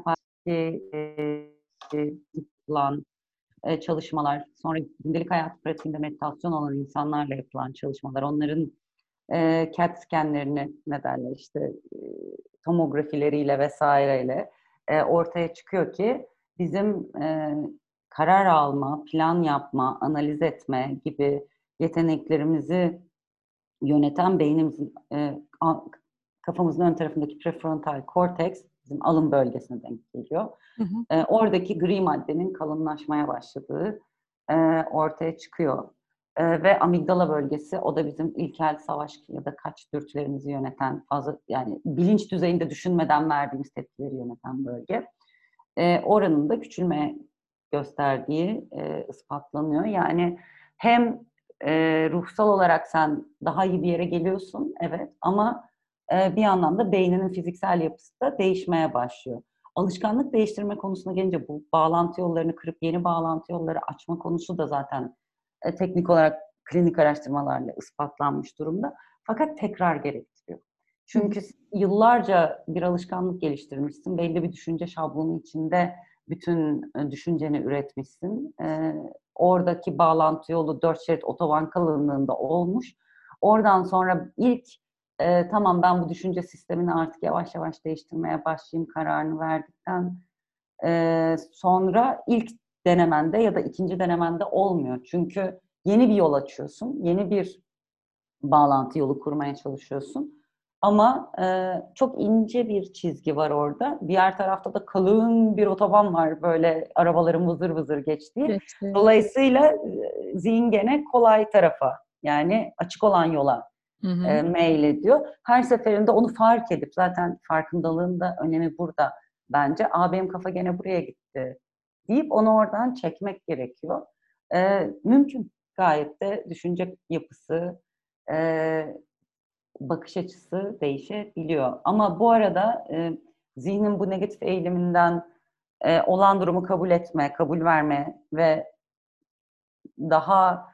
yapılan çalışmalar, sonra gündelik hayat pratiğinde meditasyon olan insanlarla yapılan çalışmalar, onların CAT scanlerini, ne derler işte, tomografileriyle vesaireyle ortaya çıkıyor ki bizim karar alma, plan yapma, analiz etme gibi yeteneklerimizi yöneten beynimizin kafamızın ön tarafındaki prefrontal korteks, bizim alın bölgesine denk geliyor. Hı hı. Oradaki gri maddenin kalınlaşmaya başladığı ortaya çıkıyor. Ve amigdala bölgesi, o da bizim ilkel savaş ya da kaç dürtülerimizi yöneten, fazla yani bilinç düzeyinde düşünmeden verdiğimiz tepkileri yöneten bölge. Oranın da küçülmeye gösterdiği ispatlanıyor. Yani hem ruhsal olarak sen daha iyi bir yere geliyorsun, evet, ama bir yandan da beyninin fiziksel yapısı da değişmeye başlıyor. Alışkanlık değiştirme konusuna gelince bu bağlantı yollarını kırıp yeni bağlantı yolları açma konusu da zaten teknik olarak klinik araştırmalarla ispatlanmış durumda. Fakat tekrar gerektiriyor. Hı hı. Çünkü yıllarca bir alışkanlık geliştirmişsin, belli bir düşünce şablonu içinde bütün düşünceni üretmişsin. Oradaki bağlantı yolu 4 şerit otoban kalınlığında olmuş. Oradan sonra ilk tamam ben bu düşünce sistemini artık yavaş yavaş değiştirmeye başlayayım kararını verdikten sonra ilk denemende ya da ikinci denemende olmuyor. Çünkü yeni bir yol açıyorsun, yeni bir bağlantı yolu kurmaya çalışıyorsun. Ama çok ince bir çizgi var orada. Diğer tarafta da kalın bir otoban var böyle arabaların vızır vızır geçtiği. Geçti. Dolayısıyla zihin gene kolay tarafa yani açık olan yola meylediyor. Her seferinde onu fark edip zaten farkındalığın da önemi burada bence. Benim kafa gene buraya gitti deyip onu oradan çekmek gerekiyor. Mümkün. Gayet de düşünce yapısı, bakış açısı değişebiliyor. Ama bu arada zihnin bu negatif eğiliminden olan durumu kabul etme, kabul verme ve daha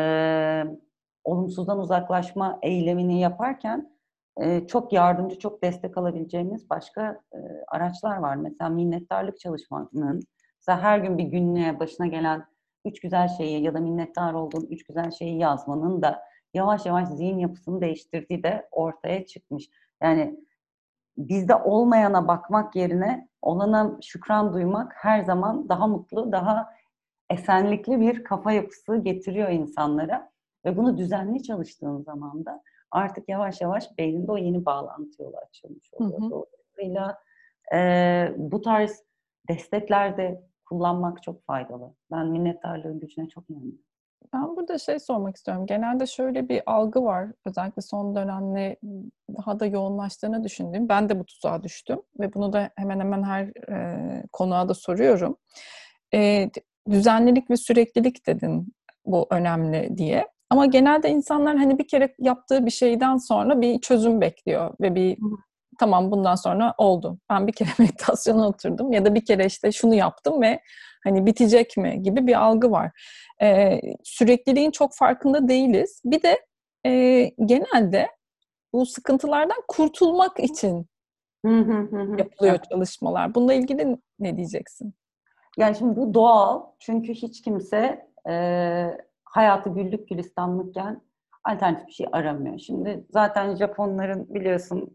olumsuzdan uzaklaşma eylemini yaparken çok yardımcı, çok destek alabileceğimiz başka araçlar var. Mesela minnettarlık çalışmanın, mesela her gün bir günlüğe başına gelen 3 güzel şeyi ya da minnettar olduğun 3 güzel şeyi yazmanın da yavaş yavaş zihin yapısını değiştirdiği de ortaya çıkmış. Yani bizde olmayana bakmak yerine olana şükran duymak her zaman daha mutlu, daha esenlikli bir kafa yapısı getiriyor insanlara. Ve bunu düzenli çalıştığın zaman da artık yavaş yavaş beyninde o yeni bağlantı yolu açılmış oluyor. Hı hı. Dolayısıyla bu tarz destekler de kullanmak çok faydalı. Ben minnettarlığın gücüne çok inanıyorum. Ben burada sormak istiyorum. Genelde şöyle bir algı var. Özellikle son dönemde daha da yoğunlaştığını düşündüğüm. Ben de bu tuzağa düştüm ve bunu da hemen hemen her konuğa da soruyorum. E, Düzenlilik ve süreklilik dedin bu önemli diye. Ama genelde insanlar hani bir kere yaptığı bir şeyden sonra bir çözüm bekliyor ve bir tamam bundan sonra oldu. Ben bir kere meditasyona oturdum ya da bir kere şunu yaptım ve hani bitecek mi gibi bir algı var. Sürekliliğin çok farkında değiliz. Bir de genelde bu sıkıntılardan kurtulmak için yapılıyor Evet. çalışmalar. Bununla ilgili ne diyeceksin? Yani şimdi bu doğal çünkü hiç kimse hayatı güllük gülistanlıkken alternatif bir şey aramıyor. Şimdi zaten Japonların biliyorsun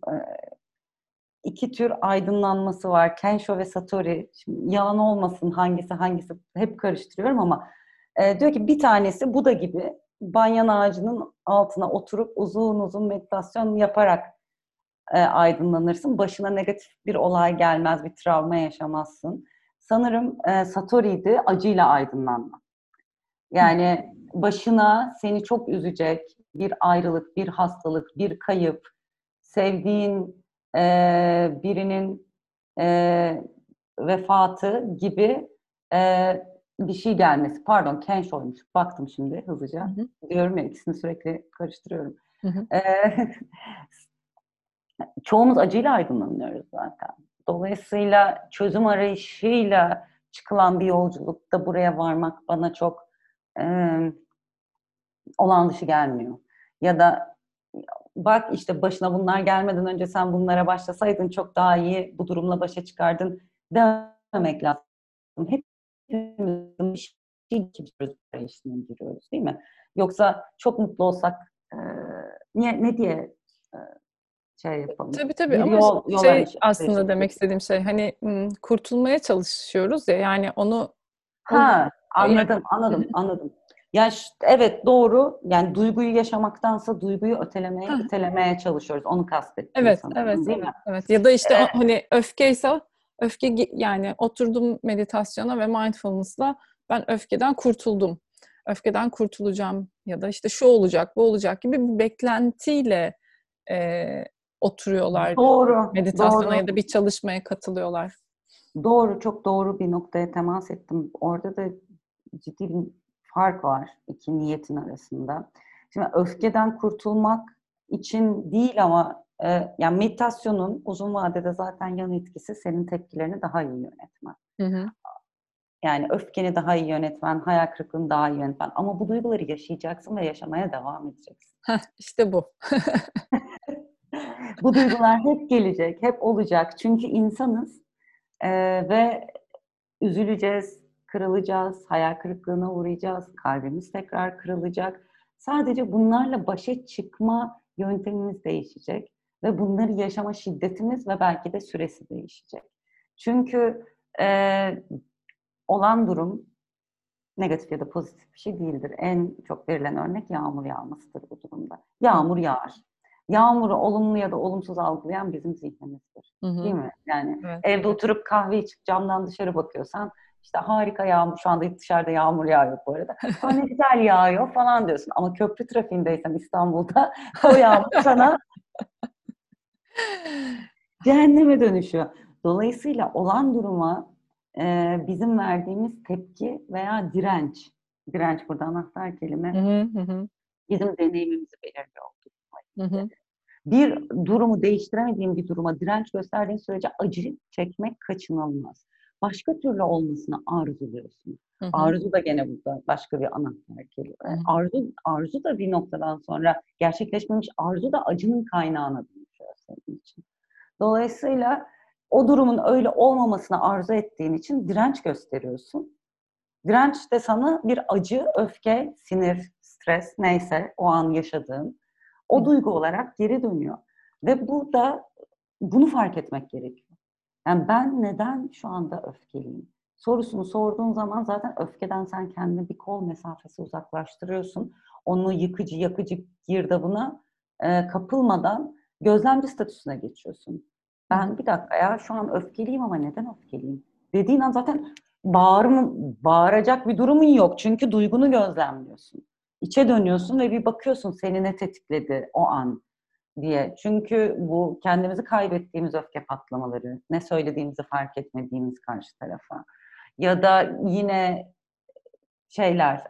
iki tür aydınlanması var. Kensho ve Satori. Şimdi yalan olmasın hangisi hep karıştırıyorum ama diyor ki bir tanesi Buda gibi banyan ağacının altına oturup uzun uzun meditasyon yaparak aydınlanırsın. Başına negatif bir olay gelmez, bir travma yaşamazsın. Sanırım Satori'ydi, acıyla aydınlanma. Yani başına seni çok üzecek bir ayrılık, bir hastalık, bir kayıp, sevdiğin birinin vefatı gibi bir şey gelmesi. Pardon, Kensho'ymuş. Baktım şimdi Hı hızlıca. hı. Diyorum ya ikisini sürekli karıştırıyorum. Hı hı. E, çoğumuz acıyla aydınlanıyoruz zaten. Dolayısıyla çözüm arayışıyla çıkılan bir yolculukta buraya varmak bana çok e, olağan dışı gelmiyor. Ya da bak işte başına bunlar gelmeden önce sen bunlara başlasaydın çok daha iyi bu durumla başa çıkardın dememek lazım. Hepimizin bir şey giriyoruz, arayışına giriyoruz değil mi? Yoksa çok mutlu olsak ne diye e, şey yapalım? Tabii tabii Bir ama yol aslında arayışı. demek istediğim hani kurtulmaya çalışıyoruz ya yani o Ha, yani anladım. Ya evet doğru. Yani duyguyu yaşamaktansa duyguyu ötelemeye çalışıyoruz. Onu kastettin evet, sanırım, evet, değil mi? evet. Ya da Ee, hani öfkeyse yani oturdum meditasyona ve mindfulness'la ben öfkeden kurtuldum. Öfkeden kurtulacağım ya da şu olacak, bu olacak gibi bir beklentiyle e, oturuyorlar meditasyona doğru. ya da bir çalışmaya katılıyorlar. Doğru, çok doğru bir noktaya temas ettim. Orada da ciddi bir fark var iki niyetin arasında. Şimdi öfkeden kurtulmak için değil ama yani meditasyonun uzun vadede zaten yan etkisi senin tepkilerini daha iyi yönetmen. Hı hı. Yani öfkeni daha iyi yönetmen, hayal kırıklığını daha iyi yönetmen. Ama bu duyguları yaşayacaksın ve yaşamaya devam edeceksin. İşte bu. Bu duygular hep gelecek, hep olacak. Çünkü insanız ve Üzüleceğiz, kırılacağız, hayal kırıklığına uğrayacağız, kalbimiz tekrar kırılacak. Sadece bunlarla başa çıkma yöntemimiz değişecek ve bunları yaşama şiddetimiz ve belki de süresi değişecek. Çünkü olan durum negatif ya da pozitif bir şey değildir. En çok verilen örnek yağmur yağmasıdır bu durumda. Yağmur yağar. Yağmuru olumlu ya da olumsuz algılayan bizim zihnimizdir. Hı hı. Değil mi? Yani Evet. evde oturup kahve içip camdan dışarı bakıyorsan işte harika yağmur, şu anda dışarıda yağmur yağıyor bu arada. Ha ne güzel yağıyor falan diyorsun. Ama köprü trafiğindeysen İstanbul'da o yağmur sana cehenneme dönüşüyor. Dolayısıyla olan duruma bizim verdiğimiz tepki veya direnç burada anahtar kelime, Hı hı, hı hı, bizim deneyimimizi belirliyor. hı hı, Bir durumu değiştiremediğin bir duruma direnç gösterdiğin sürece acı çekmek kaçınılmaz. Başka türlü olmasını arzuluyorsun. hı hı, Arzu da gene burada başka bir anahtar hı kelime. hı. Arzu da bir noktadan sonra gerçekleşmemiş arzu da acının kaynağına dönüşüyor senin için. Dolayısıyla o durumun öyle olmamasını arzu ettiğin için direnç gösteriyorsun. Direnç de sana bir acı, öfke, sinir, stres neyse o an yaşadığın o duygu olarak geri dönüyor. Ve burada bunu fark etmek gerekiyor. Yani ben neden şu anda öfkeliyim? Sorusunu sorduğun zaman zaten öfkeden sen kendini bir kol mesafesi uzaklaştırıyorsun. Onu yıkıcı, yakıcı girdabına kapılmadan gözlemci statüsüne geçiyorsun. Hı hı. Ben bir dakika ya şu an öfkeliyim ama neden öfkeliyim? Dediğin an zaten bağıracak bir durumun yok. Çünkü duygunu gözlemliyorsun. İçe dönüyorsun ve bir bakıyorsun seni ne tetikledi o an diye. Çünkü bu kendimizi kaybettiğimiz öfke patlamaları, ne söylediğimizi fark etmediğimiz karşı tarafa ya da yine şeyler,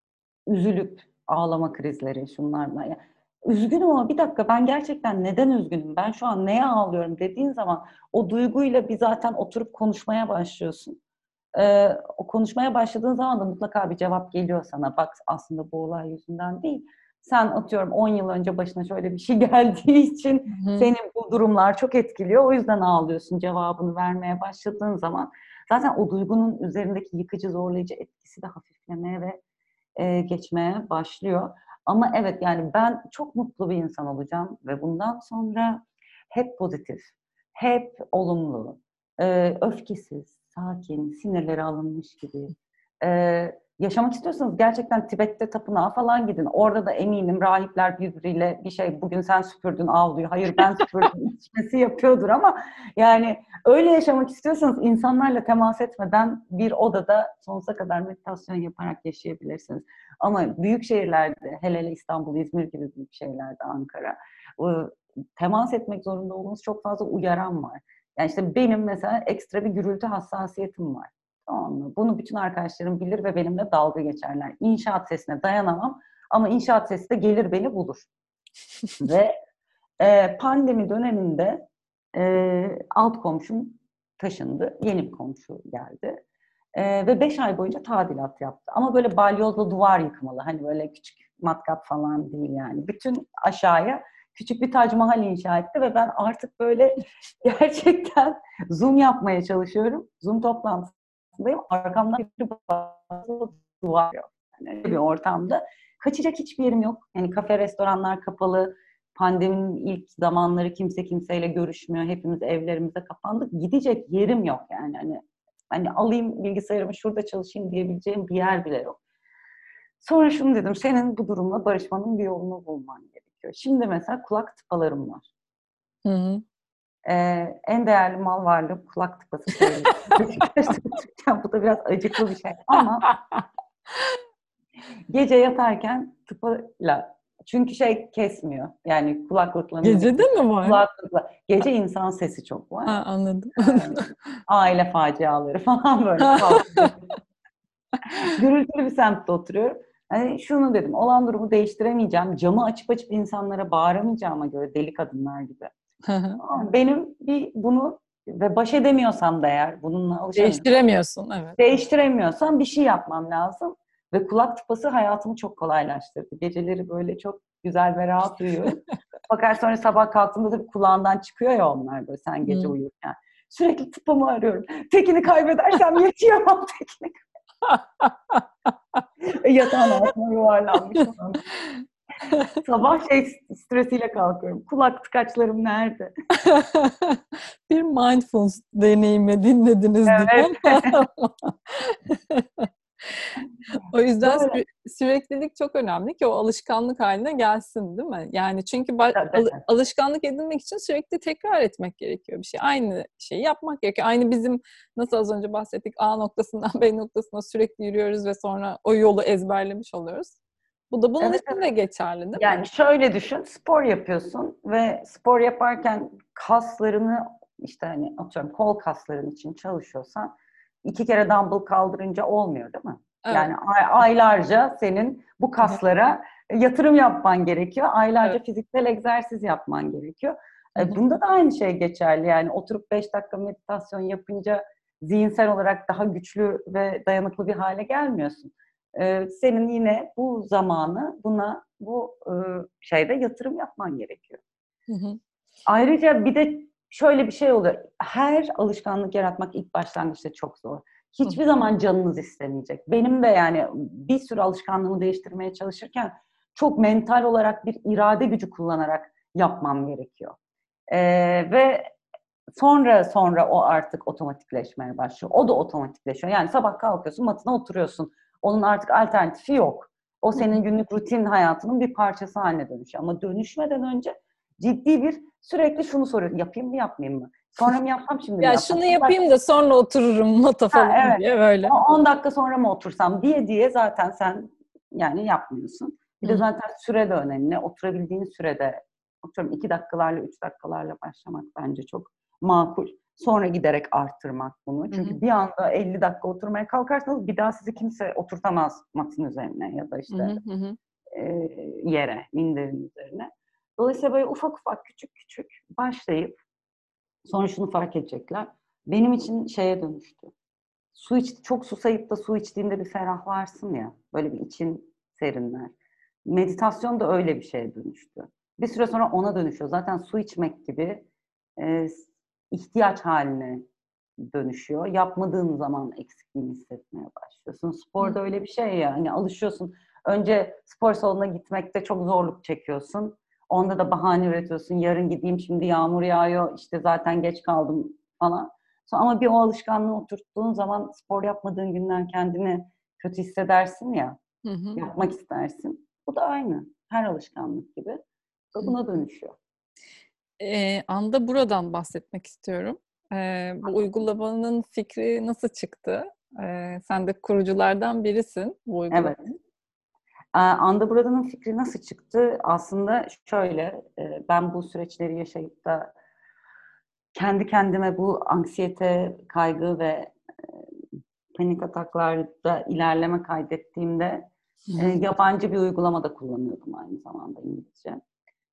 üzülüp ağlama krizleri şunlarla. Ya, üzgünüm ama bir dakika ben gerçekten neden üzgünüm? Ben şu an neye ağlıyorum dediğin zaman o duyguyla bir zaten oturup konuşmaya başlıyorsun. O konuşmaya başladığın zaman da mutlaka bir cevap geliyor sana. Bak aslında bu olay yüzünden değil. Sen atıyorum 10 yıl önce başına şöyle bir şey geldiği için Hı hı. seni bu durumlar çok etkiliyor. O yüzden ağlıyorsun cevabını vermeye başladığın zaman zaten o duygunun üzerindeki yıkıcı, zorlayıcı etkisi de hafiflemeye ve geçmeye başlıyor. Ama evet yani ben çok mutlu bir insan olacağım ve bundan sonra hep pozitif, hep olumlu, öfkesiz, sakin, sinirleri alınmış gibi. Yaşamak istiyorsanız gerçekten Tibet'te tapınağa falan gidin. Orada da eminim rahipler birbiriyle bir şey bugün sen süpürdün avluyu, hayır ben süpürdüm içmesi yapıyordur ama yani öyle yaşamak istiyorsanız insanlarla temas etmeden bir odada sonsuza kadar meditasyon yaparak yaşayabilirsiniz. Ama büyük şehirlerde, hele hele İstanbul, İzmir gibi büyük şehirlerde, Ankara, temas etmek zorunda olduğunuz çok fazla uyaran var. Yani işte benim mesela ekstra bir gürültü hassasiyetim var. Tamam mı? Bunu bütün arkadaşlarım bilir ve benimle dalga geçerler. İnşaat sesine dayanamam ama inşaat sesi de gelir beni bulur. Ve pandemi döneminde alt komşum taşındı. Yeni bir komşu geldi. Ve 5 ay boyunca tadilat yaptı. Ama böyle balyozla duvar yıkmalı. Hani böyle küçük matkap falan değil yani. Bütün aşağıya küçük bir Tac Mahal inşa etti ve ben artık böyle gerçekten Zoom yapmaya çalışıyorum. Zoom toplantısındayım. Arkamdan bir duvar yok. Yani bir ortamda. Kaçacak hiçbir yerim yok. Yani kafe, restoranlar kapalı. Pandeminin ilk zamanları kimse kimseyle görüşmüyor. Hepimiz evlerimize kapandık. Gidecek yerim yok yani. Hani alayım bilgisayarımı şurada çalışayım diyebileceğim bir yer bile yok. Sonra şunu dedim, senin bu durumla barışmanın bir yolunu bulman gerekiyor. Şimdi mesela kulak tıpalarım var. Hı hı. En değerli mal varlığım kulak tıpası söyleyeyim. Bu da biraz acıklı bir şey ama gece yatarken tıpayla çünkü şey kesmiyor. Yani kulaklıkla müzik Gecede mi var? kulaklıkla. Gece insan sesi çok var. Ha, anladım. Aile faciaları falan böyle kavga. Gürültülü bir semtte oturuyorum. Hani şunu dedim, olan durumu değiştiremeyeceğim. Camı açıp açıp insanlara bağıramayacağıma göre deli kadınlar gibi. Hı hı. Benim bir bunu ve baş edemiyorsam da eğer bununla alışamıyorum. Değiştiremiyorsun, evet. Değiştiremiyorsam bir şey yapmam lazım. Ve kulak tıpası hayatımı çok kolaylaştırdı. Geceleri böyle çok güzel ve rahat uyuyorum. Fakat sonra sabah kalktığımda da kulağından çıkıyor ya onlar böyle sen gece Hı. uyurken. Sürekli tıpamı arıyorum. Tekini kaybedersem yaşayamam tekini. Yatağın altına yuvarlanmışım. Sabah stresiyle kalkıyorum. Kulak tıkaçlarım nerede? Bir mindfulness deneyimi dinlediniz Evet. diye. O yüzden Böyle. süreklilik çok önemli ki o alışkanlık haline gelsin, değil mi? Yani çünkü Tabii. alışkanlık edinmek için sürekli tekrar etmek gerekiyor bir şey. Aynı şeyi yapmak gerekiyor. Aynı bizim nasıl az önce bahsettik A noktasından B noktasına sürekli yürüyoruz ve sonra o yolu ezberlemiş oluyoruz. Bu da bunun Evet, için evet. de geçerli, değil mi? Yani şöyle düşün, spor yapıyorsun ve spor yaparken kaslarını işte hani atıyorum kol kasların için çalışıyorsan 2 kere dumbbell kaldırınca olmuyor değil mi? Evet. Yani aylarca senin bu Hı hı. kaslara yatırım yapman gerekiyor. Evet. Aylarca fiziksel egzersiz yapman gerekiyor. Hı hı. Bunda da aynı şey geçerli. Yani oturup 5 dakika meditasyon yapınca zihinsel olarak daha güçlü ve dayanıklı bir hale gelmiyorsun. Senin yine bu zamanı bu şeyde yatırım yapman gerekiyor. Hı hı. Ayrıca bir de şöyle bir şey oluyor. Her alışkanlık yaratmak ilk başlangıçta çok zor. Hı hı. Hiçbir zaman canınız istemeyecek. Benim de yani bir sürü alışkanlığımı değiştirmeye çalışırken çok mental olarak bir irade gücü kullanarak yapmam gerekiyor. Ve sonra o artık otomatikleşmeye başlıyor. O da otomatikleşiyor. Yani sabah kalkıyorsun, matına oturuyorsun. Onun artık alternatifi yok. O Hı hı. senin günlük rutin hayatının bir parçası haline dönüşüyor. Ama dönüşmeden önce ciddi bir sürekli şunu soruyor. Yapayım mı yapmayayım mı? Sonra mı yapsam şimdi mi Ya yapsam? şunu yapayım da sonra otururum mata falan Evet. diye böyle. 10 dakika sonra mı otursam diye zaten sen yani yapmıyorsun. Bir Hı de hı. zaten süre de önemli. Oturabildiğin sürede oturuyorum 2 dakikalarla 3 dakikalarla başlamak bence çok makul. Sonra giderek arttırmak bunu. Hı hı. Çünkü bir anda 50 dakika oturmaya kalkarsanız bir daha sizi kimse oturtamaz matın üzerine ya da Hı işte hı. Hı hı. yere, minderin üzerine. Dolayısıyla böyle ufak ufak küçük küçük başlayıp sonra şunu fark edecekler. Benim için şeye dönüştü. Çok susayıp da su içtiğinde bir ferahlarsın ya. Böyle bir için serinler. Meditasyon da öyle bir şeye dönüştü. Bir süre sonra ona dönüşüyor. Zaten su içmek gibi e, ihtiyaç haline dönüşüyor. Yapmadığın zaman eksikliğini hissetmeye başlıyorsun. Hı. Sporda öyle bir şey ya. Hani alışıyorsun. Önce spor salonuna gitmekte çok zorluk çekiyorsun. Onda da bahane üretiyorsun. Yarın gideyim, şimdi yağmur yağıyor. İşte zaten geç kaldım falan. Ama bir o alışkanlığı oturttuğun zaman spor yapmadığın günler kendini kötü hissedersin ya, Hı hı. yapmak istersin. Bu da aynı. Her alışkanlık gibi. Hı. Da buna dönüşüyor. Anda buradan bahsetmek istiyorum. Bu uygulamanın fikri nasıl çıktı? Sen de kuruculardan birisin bu Evet. uygulamanın. Anda Burada'nın fikri nasıl çıktı? Aslında şöyle, ben bu süreçleri yaşayıp da kendi kendime bu anksiyete, kaygı ve panik ataklarda ilerleme kaydettiğimde Hı hı. yabancı bir uygulama da kullanıyordum aynı zamanda İngilizce.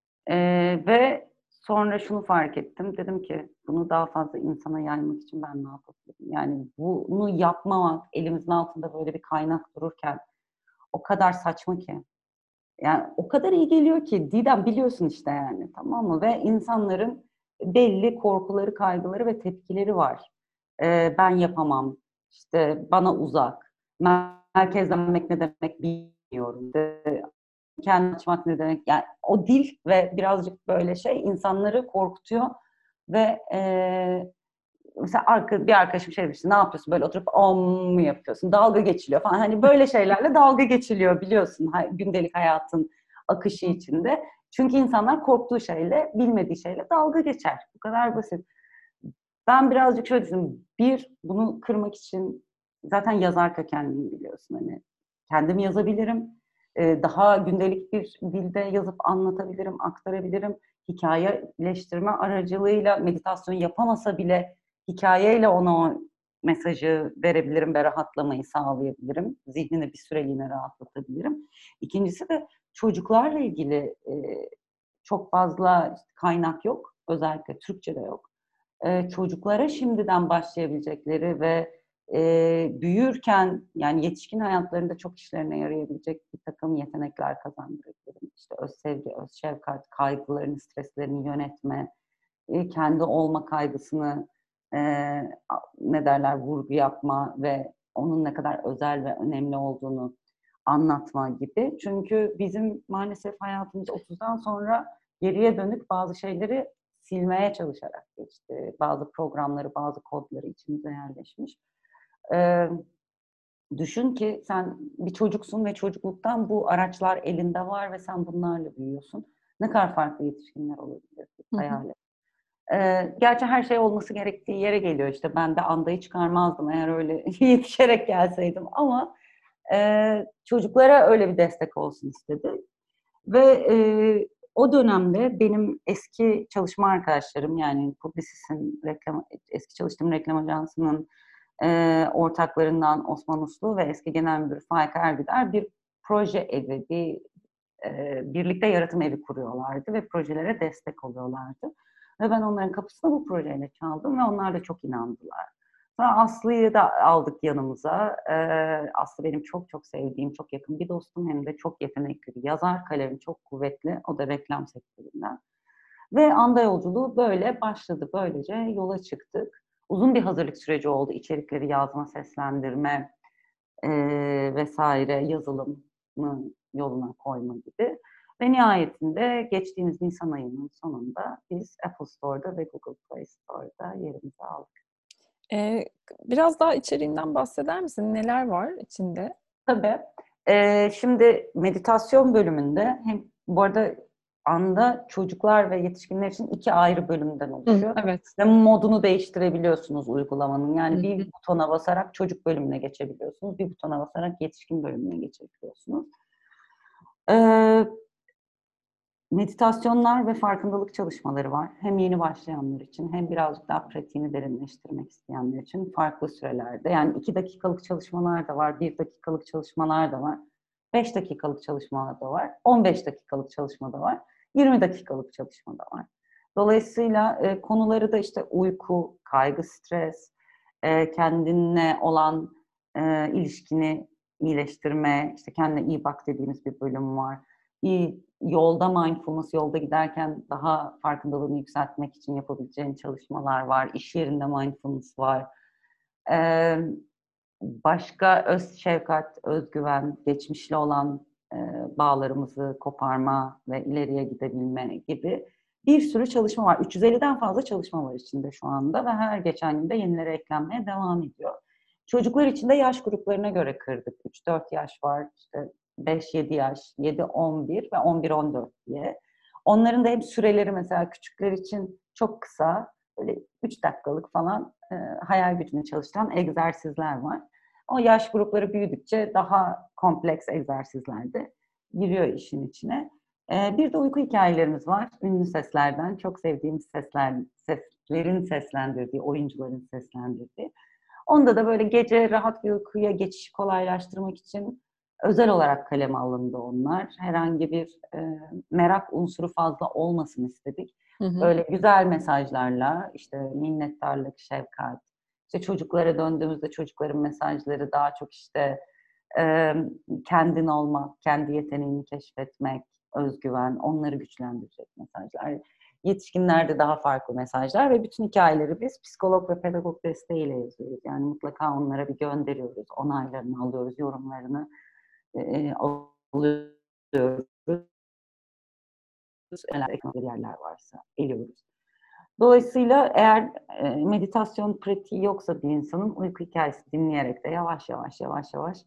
Ve sonra şunu fark ettim. Dedim ki bunu daha fazla insana yaymak için ben ne yapabilirim? Yani bunu yapmamak elimizin altında böyle bir kaynak dururken o kadar saçma ki. Yani o kadar iyi geliyor ki Didem biliyorsun işte yani tamam mı? Ve insanların belli korkuları, kaygıları ve tepkileri var. Ben yapamam, işte bana uzak, merkezlenmek ne demek bilmiyorum. Kendini açmak ne demek? Yani o dil ve birazcık böyle şey insanları korkutuyor ve mesela bir arkadaşım şey demişti, ne yapıyorsun? Böyle oturup om mu yapıyorsun? Dalga geçiliyor falan. Hani böyle şeylerle dalga geçiliyor biliyorsun gündelik hayatın akışı içinde. Çünkü insanlar korktuğu şeyle, bilmediği şeyle dalga geçer. Bu kadar basit. Ben birazcık şöyle düşündüm. Bunu kırmak için zaten yazar kökenliyim biliyorsun. Hani kendim yazabilirim. Daha gündelik bir dilde yazıp anlatabilirim, aktarabilirim. Hikayeleştirme aracılığıyla meditasyon yapamasa bile hikayeyle ona o mesajı verebilirim ve rahatlamayı sağlayabilirim. Zihnini bir süreliğine rahatlatabilirim. İkincisi de çocuklarla ilgili çok fazla kaynak yok. Özellikle Türkçe'de yok. Çocuklara şimdiden başlayabilecekleri ve büyürken yani yetişkin hayatlarında çok işlerine yarayabilecek bir takım yetenekler kazandırabilirim. İşte öz sevgi, öz şefkat, kaygılarını, streslerini yönetme, kendi olma kaygısını ne derler, vurgu yapma ve onun ne kadar özel ve önemli olduğunu anlatma gibi. Çünkü bizim maalesef hayatımız 30'dan sonra geriye dönük bazı şeyleri silmeye çalışarak geçti. Bazı programları, bazı kodları içimize yerleşmiş. Ee, Düşün ki sen bir çocuksun ve çocukluktan bu araçlar elinde var ve sen bunlarla büyüyorsun. Ne kadar farklı yetişkinler olabilir hayal et. Gerçi her şey olması gerektiği yere geliyor işte. Ben de andayı çıkarmazdım eğer öyle yetişerek gelseydim ama çocuklara öyle bir destek olsun istedi. Ve o dönemde benim eski çalışma arkadaşlarım, yani Publicis'in eski çalıştığım reklam ajansının ortaklarından Osman Uslu ve eski genel müdürü Faik Ergüder bir proje evi, birlikte yaratım evi kuruyorlardı ve projelere destek oluyorlardı. Ve ben onların kapısına bu projeyle çaldım ve onlar da çok inandılar. Sonra Aslı'yı da aldık yanımıza. Aslı benim çok çok sevdiğim, çok yakın bir dostum, hem de çok yetenekli bir yazar, kalemi çok kuvvetli. O da reklam sektöründen. Ve anda yolculuğu böyle başladı. Böylece yola çıktık. Uzun bir hazırlık süreci oldu. İçerikleri yazma, seslendirme vesaire, yazılımı yoluna koyma gibi. Ve nihayetinde geçtiğimiz Nisan ayının sonunda biz Apple Store'da ve Google Play Store'da yerimizi aldık. Biraz daha içeriğinden bahseder misin? Neler var içinde? Tabii. Şimdi meditasyon bölümünde, hem bu arada anda çocuklar ve yetişkinler için 2 ayrı bölümden oluşuyor. Evet. Ve modunu değiştirebiliyorsunuz uygulamanın. Yani bir butona basarak çocuk bölümüne geçebiliyorsunuz. Bir butona basarak yetişkin bölümüne geçebiliyorsunuz. Meditasyonlar ve farkındalık çalışmaları var. Hem yeni başlayanlar için hem birazcık daha pratiğini derinleştirmek isteyenler için farklı sürelerde. Yani 2 dakikalık çalışmalar da var, 1 dakikalık çalışmalar da var, 5 dakikalık çalışmalar da var, 15 dakikalık çalışma da var, 20 dakikalık çalışma da var. Dolayısıyla konuları da işte uyku, kaygı, stres, kendinle olan ilişkini iyileştirme, işte kendine iyi bak dediğimiz bir bölüm var. Yolda mindfulness, yolda giderken daha farkındalığını yükseltmek için yapabileceğin çalışmalar var. İş yerinde mindfulness var. Başka öz şefkat, özgüven, geçmişle olan bağlarımızı koparma ve ileriye gidebilme gibi bir sürü çalışma var. 350'den fazla çalışma var içinde şu anda ve her geçen günde yenileri eklenmeye devam ediyor. Çocuklar için de yaş gruplarına göre kırdık. 3-4 yaş var, işte 5-7 yaş, 7-11 ve 11-14 diye. Onların da hem süreleri, mesela küçükler için çok kısa, böyle 3 dakikalık falan hayal gücünü çalıştıran egzersizler var. O yaş grupları büyüdükçe daha kompleks egzersizler de giriyor işin içine. Bir de uyku hikayelerimiz var. Ünlü seslerden, çok sevdiğimiz seslerin seslendirdiği, oyuncuların seslendirdiği. Onda da böyle gece rahat bir uykuya geçişi kolaylaştırmak için özel olarak kaleme alındı onlar. Herhangi bir merak unsuru fazla olmasın istedik. Böyle güzel mesajlarla, işte minnettarlık, şefkat, işte çocuklara döndüğümüzde çocukların mesajları daha çok işte kendin olmak, kendi yeteneğini keşfetmek, özgüven, onları güçlendirecek mesajlar. Yetişkinlerde daha farklı mesajlar ve bütün hikayeleri biz psikolog ve pedagog desteğiyle yazıyoruz. Yani mutlaka onlara bir gönderiyoruz, onaylarını alıyoruz, yorumlarını alıyoruz. Eğer eklemeli yerler varsa eliyoruz. Dolayısıyla eğer meditasyon pratiği yoksa bir insanın, uyku hikayesi dinleyerek de yavaş yavaş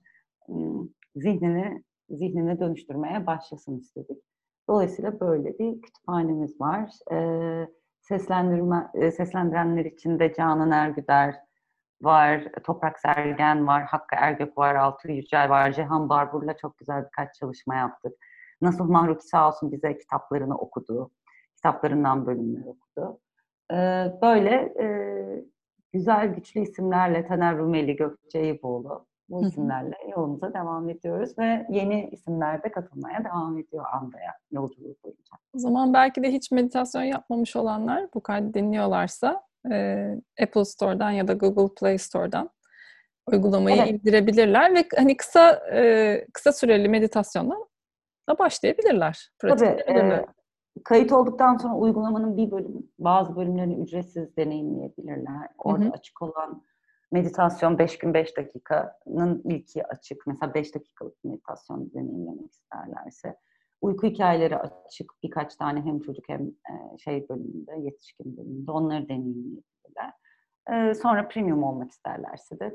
zihnini dönüştürmeye başlasın istedik. Dolayısıyla böyle bir kütüphanemiz var. Seslendirenler için de Canan Ergüder var, Toprak Sergen var, Hakkı Ergök var, Altı Yücel var, Cihan Barbur'la çok güzel birkaç çalışma yaptık. Nasuh Mahruki sağ olsun bize kitaplarını okudu, kitaplarından bölümler okudu. Böyle güzel, güçlü isimlerle, Taner Rumeli, Gökçe Eyüboğlu, bu isimlerle yolumuza devam ediyoruz ve yeni isimler de katılmaya devam ediyor Anda'ya yolculuğu boyunca. O zaman belki de hiç meditasyon yapmamış olanlar bu kaydı dinliyorlarsa Apple Store'dan ya da Google Play Store'dan uygulamayı indirebilirler ve hani kısa süreli meditasyonla da başlayabilirler, pratik Tabii, edebilirler. Kayıt olduktan sonra uygulamanın bazı bölümlerini ücretsiz deneyimleyebilirler. Orada açık olan meditasyon 5 gün 5 dakikanın ilki açık. Mesela 5 dakikalık meditasyon deneyimlemek isterlerse. Uyku hikayeleri açık. Birkaç tane hem çocuk hem bölümünde, yetişkin bölümünde onları deneyimleyebilirler. Sonra premium olmak isterlerse de,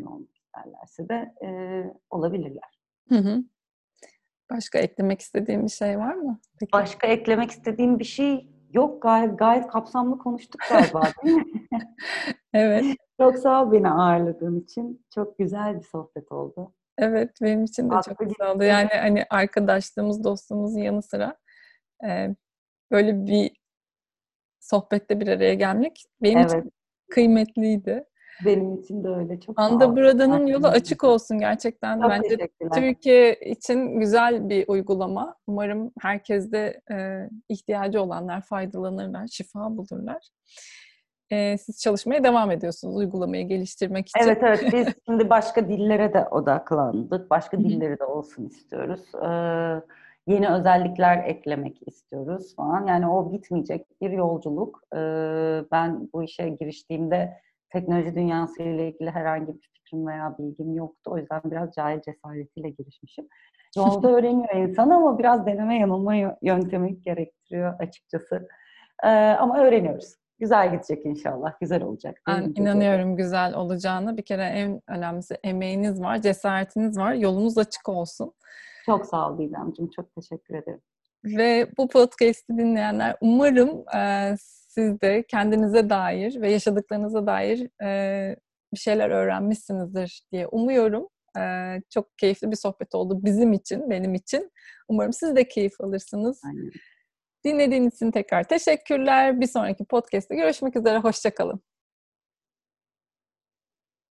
olabilirler. Hı hı. Başka eklemek istediğin bir şey var mı? Peki. Başka eklemek istediğim bir şey yok. Gayet kapsamlı konuştuk galiba, değil mi? Evet. Çok sağ ol beni ağırladığın için. Çok güzel bir sohbet oldu. Evet, benim için de çok Aklı güzel oldu. gitti. Yani hani arkadaşlığımız, dostluğumuzun yanı sıra böyle bir sohbette bir araya gelmek benim Evet, için kıymetliydi. benim için de öyle. Çok sağ Anda ol. Burada'nın yolu açık olsun gerçekten. Çok Bence teşekkürler. Türkiye için güzel bir uygulama. Umarım herkes de ihtiyacı olanlar faydalanırlar, şifa bulurlar. Siz çalışmaya devam ediyorsunuz uygulamayı geliştirmek için. Evet, biz şimdi başka dillere de odaklandık. Başka Hı hı. dilleri de olsun istiyoruz. Yeni özellikler eklemek istiyoruz falan. Yani o bitmeyecek bir yolculuk. Ben bu işe giriştiğimde teknoloji dünyası ile ilgili herhangi bir fikrim veya bilgim yoktu. O yüzden biraz cahil cesaretiyle girişmişim. Yolda öğreniyor insan ama biraz deneme yanılma yöntemi gerektiriyor açıkçası. Ama öğreniyoruz. Güzel gidecek inşallah. Güzel olacak diye Ben ümit ediyorum. inanıyorum güzel olacağını. Bir kere en önemlisi emeğiniz var, cesaretiniz var. Yolunuz açık olsun. Çok sağ ol Didemciğim. Çok teşekkür ederim. Ve bu podcast'i dinleyenler umarım siz de kendinize dair ve yaşadıklarınıza dair bir şeyler öğrenmişsinizdir diye umuyorum. Çok keyifli bir sohbet oldu bizim için, benim için. Umarım siz de keyif alırsınız. Aynen. Dinlediğiniz için tekrar teşekkürler. Bir sonraki podcast'te görüşmek üzere. Hoşça kalın.